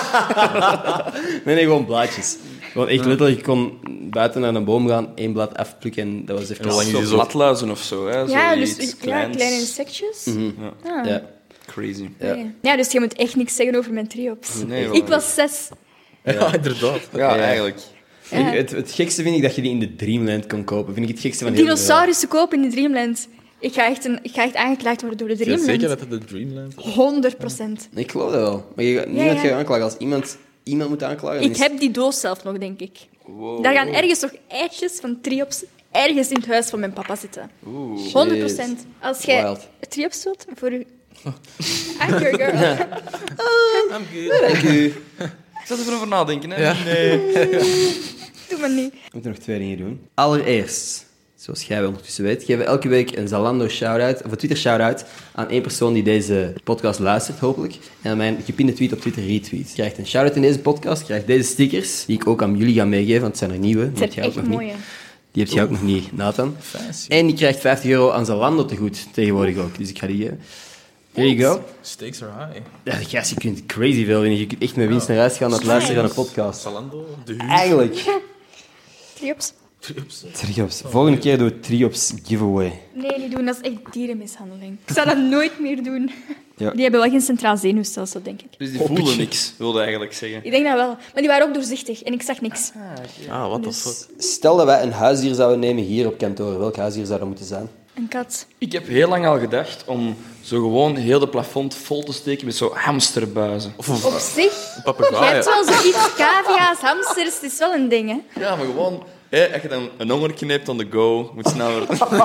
Nee, gewoon blaadjes. Gewoon echt letterlijk, ik kon buiten naar een boom gaan, 1 blad afplukken en dat was even... hoe lang is die Zo zo? bladluizen of zo, hè? Ja, Zoiets dus kleins. kleine insectjes. Ja. Crazy. Ja, dus je moet echt niks zeggen over mijn triops. Nee, Ik was 6. Ja, inderdaad. Ja, eigenlijk. Ja. Het gekste vind ik dat je die in de Dreamland kon kopen. Vind ik het gekste van heel Dinosaurussen kopen in de Dreamland. Ik ga echt aangeklaagd worden door de Is je Dreamland. zeker dat het de Dreamland is? 100%. Ik geloof dat wel. Maar niemand gaat je aanklagen. Als iemand moet aanklagen... dan Ik is- heb die doos zelf nog, denk ik. Daar gaan ergens nog eitjes van triops ergens in het huis van mijn papa zitten. 100%. Als jij Wild. triops wilt voor je... I'm your girl. I'm good. Dank u. Ik zat er over nadenken, hè? Ja. Nee. Doe maar niet. We moeten nog 2 dingen doen. Allereerst, zoals jij wel ondertussen weet, geven we elke week een Zalando shout-out, of een Twitter shout-out, aan 1 persoon die deze podcast luistert, hopelijk. En aan mijn gepinde tweet op Twitter retweet. Je krijgt een shout-out in deze podcast, je krijgt deze stickers, die ik ook aan jullie ga meegeven, want het zijn er nieuwe. Die Het heb zijn jij ook echt nog mooie. niet. Die heb je ook nog niet, Nathan. Fancy. En die krijgt €50 aan Zalando te goed, tegenwoordig ook. Dus ik ga die geven. There you go. Stakes are high. Ja, gast, je kunt crazy veel winnen. Je kunt echt met winst naar huis gaan naar het luisteren van een podcast. Zalando, de huur. Eigenlijk. Triops? Triops. Volgende keer doen we Triops giveaway. Nee, niet doen. Dat is echt dierenmishandeling. Ik zou dat nooit meer doen. Ja. Die hebben wel geen centraal zenuwstelsel, denk ik. Dus die voelen niks, wilde eigenlijk zeggen. Ik denk dat wel. Maar die waren ook doorzichtig en ik zag niks. Ah, what the Dus- fuck. Stel dat wij een huisdier zouden nemen hier op kantoor. Welk huisdier zou dat moeten zijn? Een kat. Ik heb heel lang al gedacht om zo gewoon heel de plafond vol te steken met zo hamsterbuizen. Of Op een zich, je papegaai. hebt wel zoiets, cavia's, hamsters, het is wel een ding, hè. Ja, maar gewoon... als je dan een hongertje hebt on the go, moet sneller.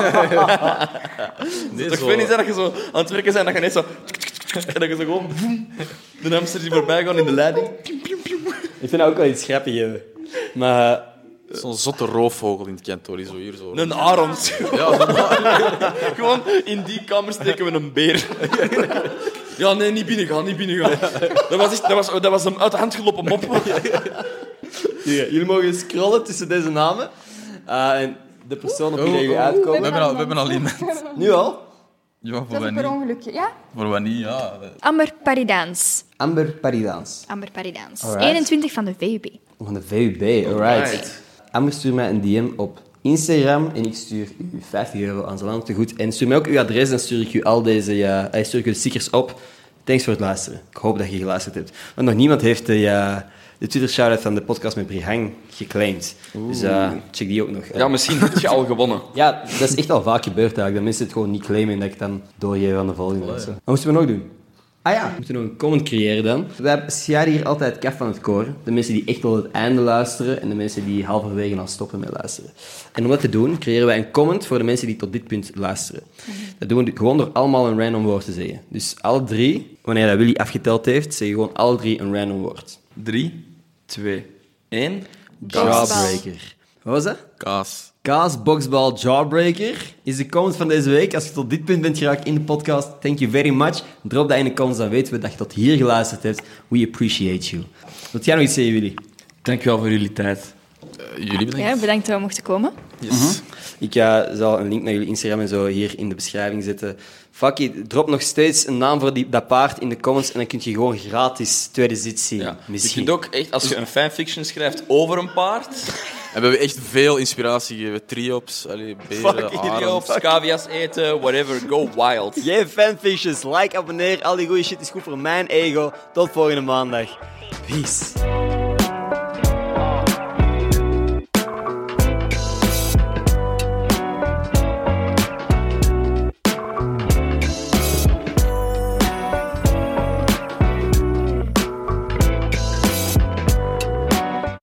Nee, Toch zo- vind je dat je zo aan het werken bent, dat je net zo... En dat je zo gewoon... De hamsters die voorbij gaan in de leiding. Ik vind dat ook wel iets grappig hebben. Maar Zo'n zotte roofvogel in het kantoor, die zo hier zo... Een arend. Ja, zo'n Gewoon in die kamer steken we een beer. Ja, nee, niet binnengaan, niet binnengaan. Dat was een uit de hand gelopen mop. hier, jullie mogen scrollen tussen deze namen. En de persoon op wie jullie uitkomen. we hebben al iemand. Nu al? Ja, voor Dat is wat een per niet. ongelukje, ja? Voor wat niet, ja. Amber Paridaans. Amber Paridaans. Amber Paridaans. Alright. 21 van de VUB. Van de VUB, alright. Amber, stuur mij een DM op Instagram en ik stuur u €50 aan Zalando te goed. En stuur mij ook uw adres, dan stuur ik u al deze stuur ik u de stickers op. Thanks voor het luisteren. Ik hoop dat je geluisterd hebt. Want nog niemand heeft de Twitter-shout-out van de podcast met Brihang geclaimd. Dus check die ook nog. Ja, misschien heb je al gewonnen. Ja, dat is echt al vaak gebeurd eigenlijk. Dat mensen het gewoon niet claimen en dat ik het dan doorgeef aan de volgende mensen. Wat moesten we nog doen? Ah ja, we moeten nog een comment creëren dan. Wij scheiden hier altijd kaf van het koren. De mensen die echt tot het einde luisteren en de mensen die halverwege al stoppen met luisteren. En om dat te doen, creëren wij een comment voor de mensen die tot dit punt luisteren. Dat doen we gewoon door allemaal een random woord te zeggen. Dus alle 3, wanneer dat Willy afgeteld heeft, zeggen gewoon alle 3 een random woord. 3, 2, 1. Jawbreaker. Wat was dat? Kaas. Kaas, boxball, jawbreaker is de comment van deze week. Als je tot dit punt bent geraakt in de podcast, thank you very much. Drop dat in de comments, dan weten we dat je tot hier geluisterd hebt. We appreciate you. Wilt jij nog iets zeggen, Willy? Dankjewel voor jullie tijd. Jullie bedankt. Ja, bedankt dat we mochten komen. Yes. Ik zal een link naar jullie Instagram en zo hier in de beschrijving zetten. Fuck it, drop nog steeds een naam voor dat paard in de comments en dan kun je gewoon gratis tweede zit zien. Ja. Je Misschien. kunt ook echt, als je een fanfiction schrijft over een paard... En we hebben echt veel inspiratie gegeven. Triops, beren, Fuck arend. idiots, cavia's eten, whatever, go wild. Jij fanfishes, like, abonneer, al die goede shit is goed voor mijn ego. Tot volgende maandag. Peace.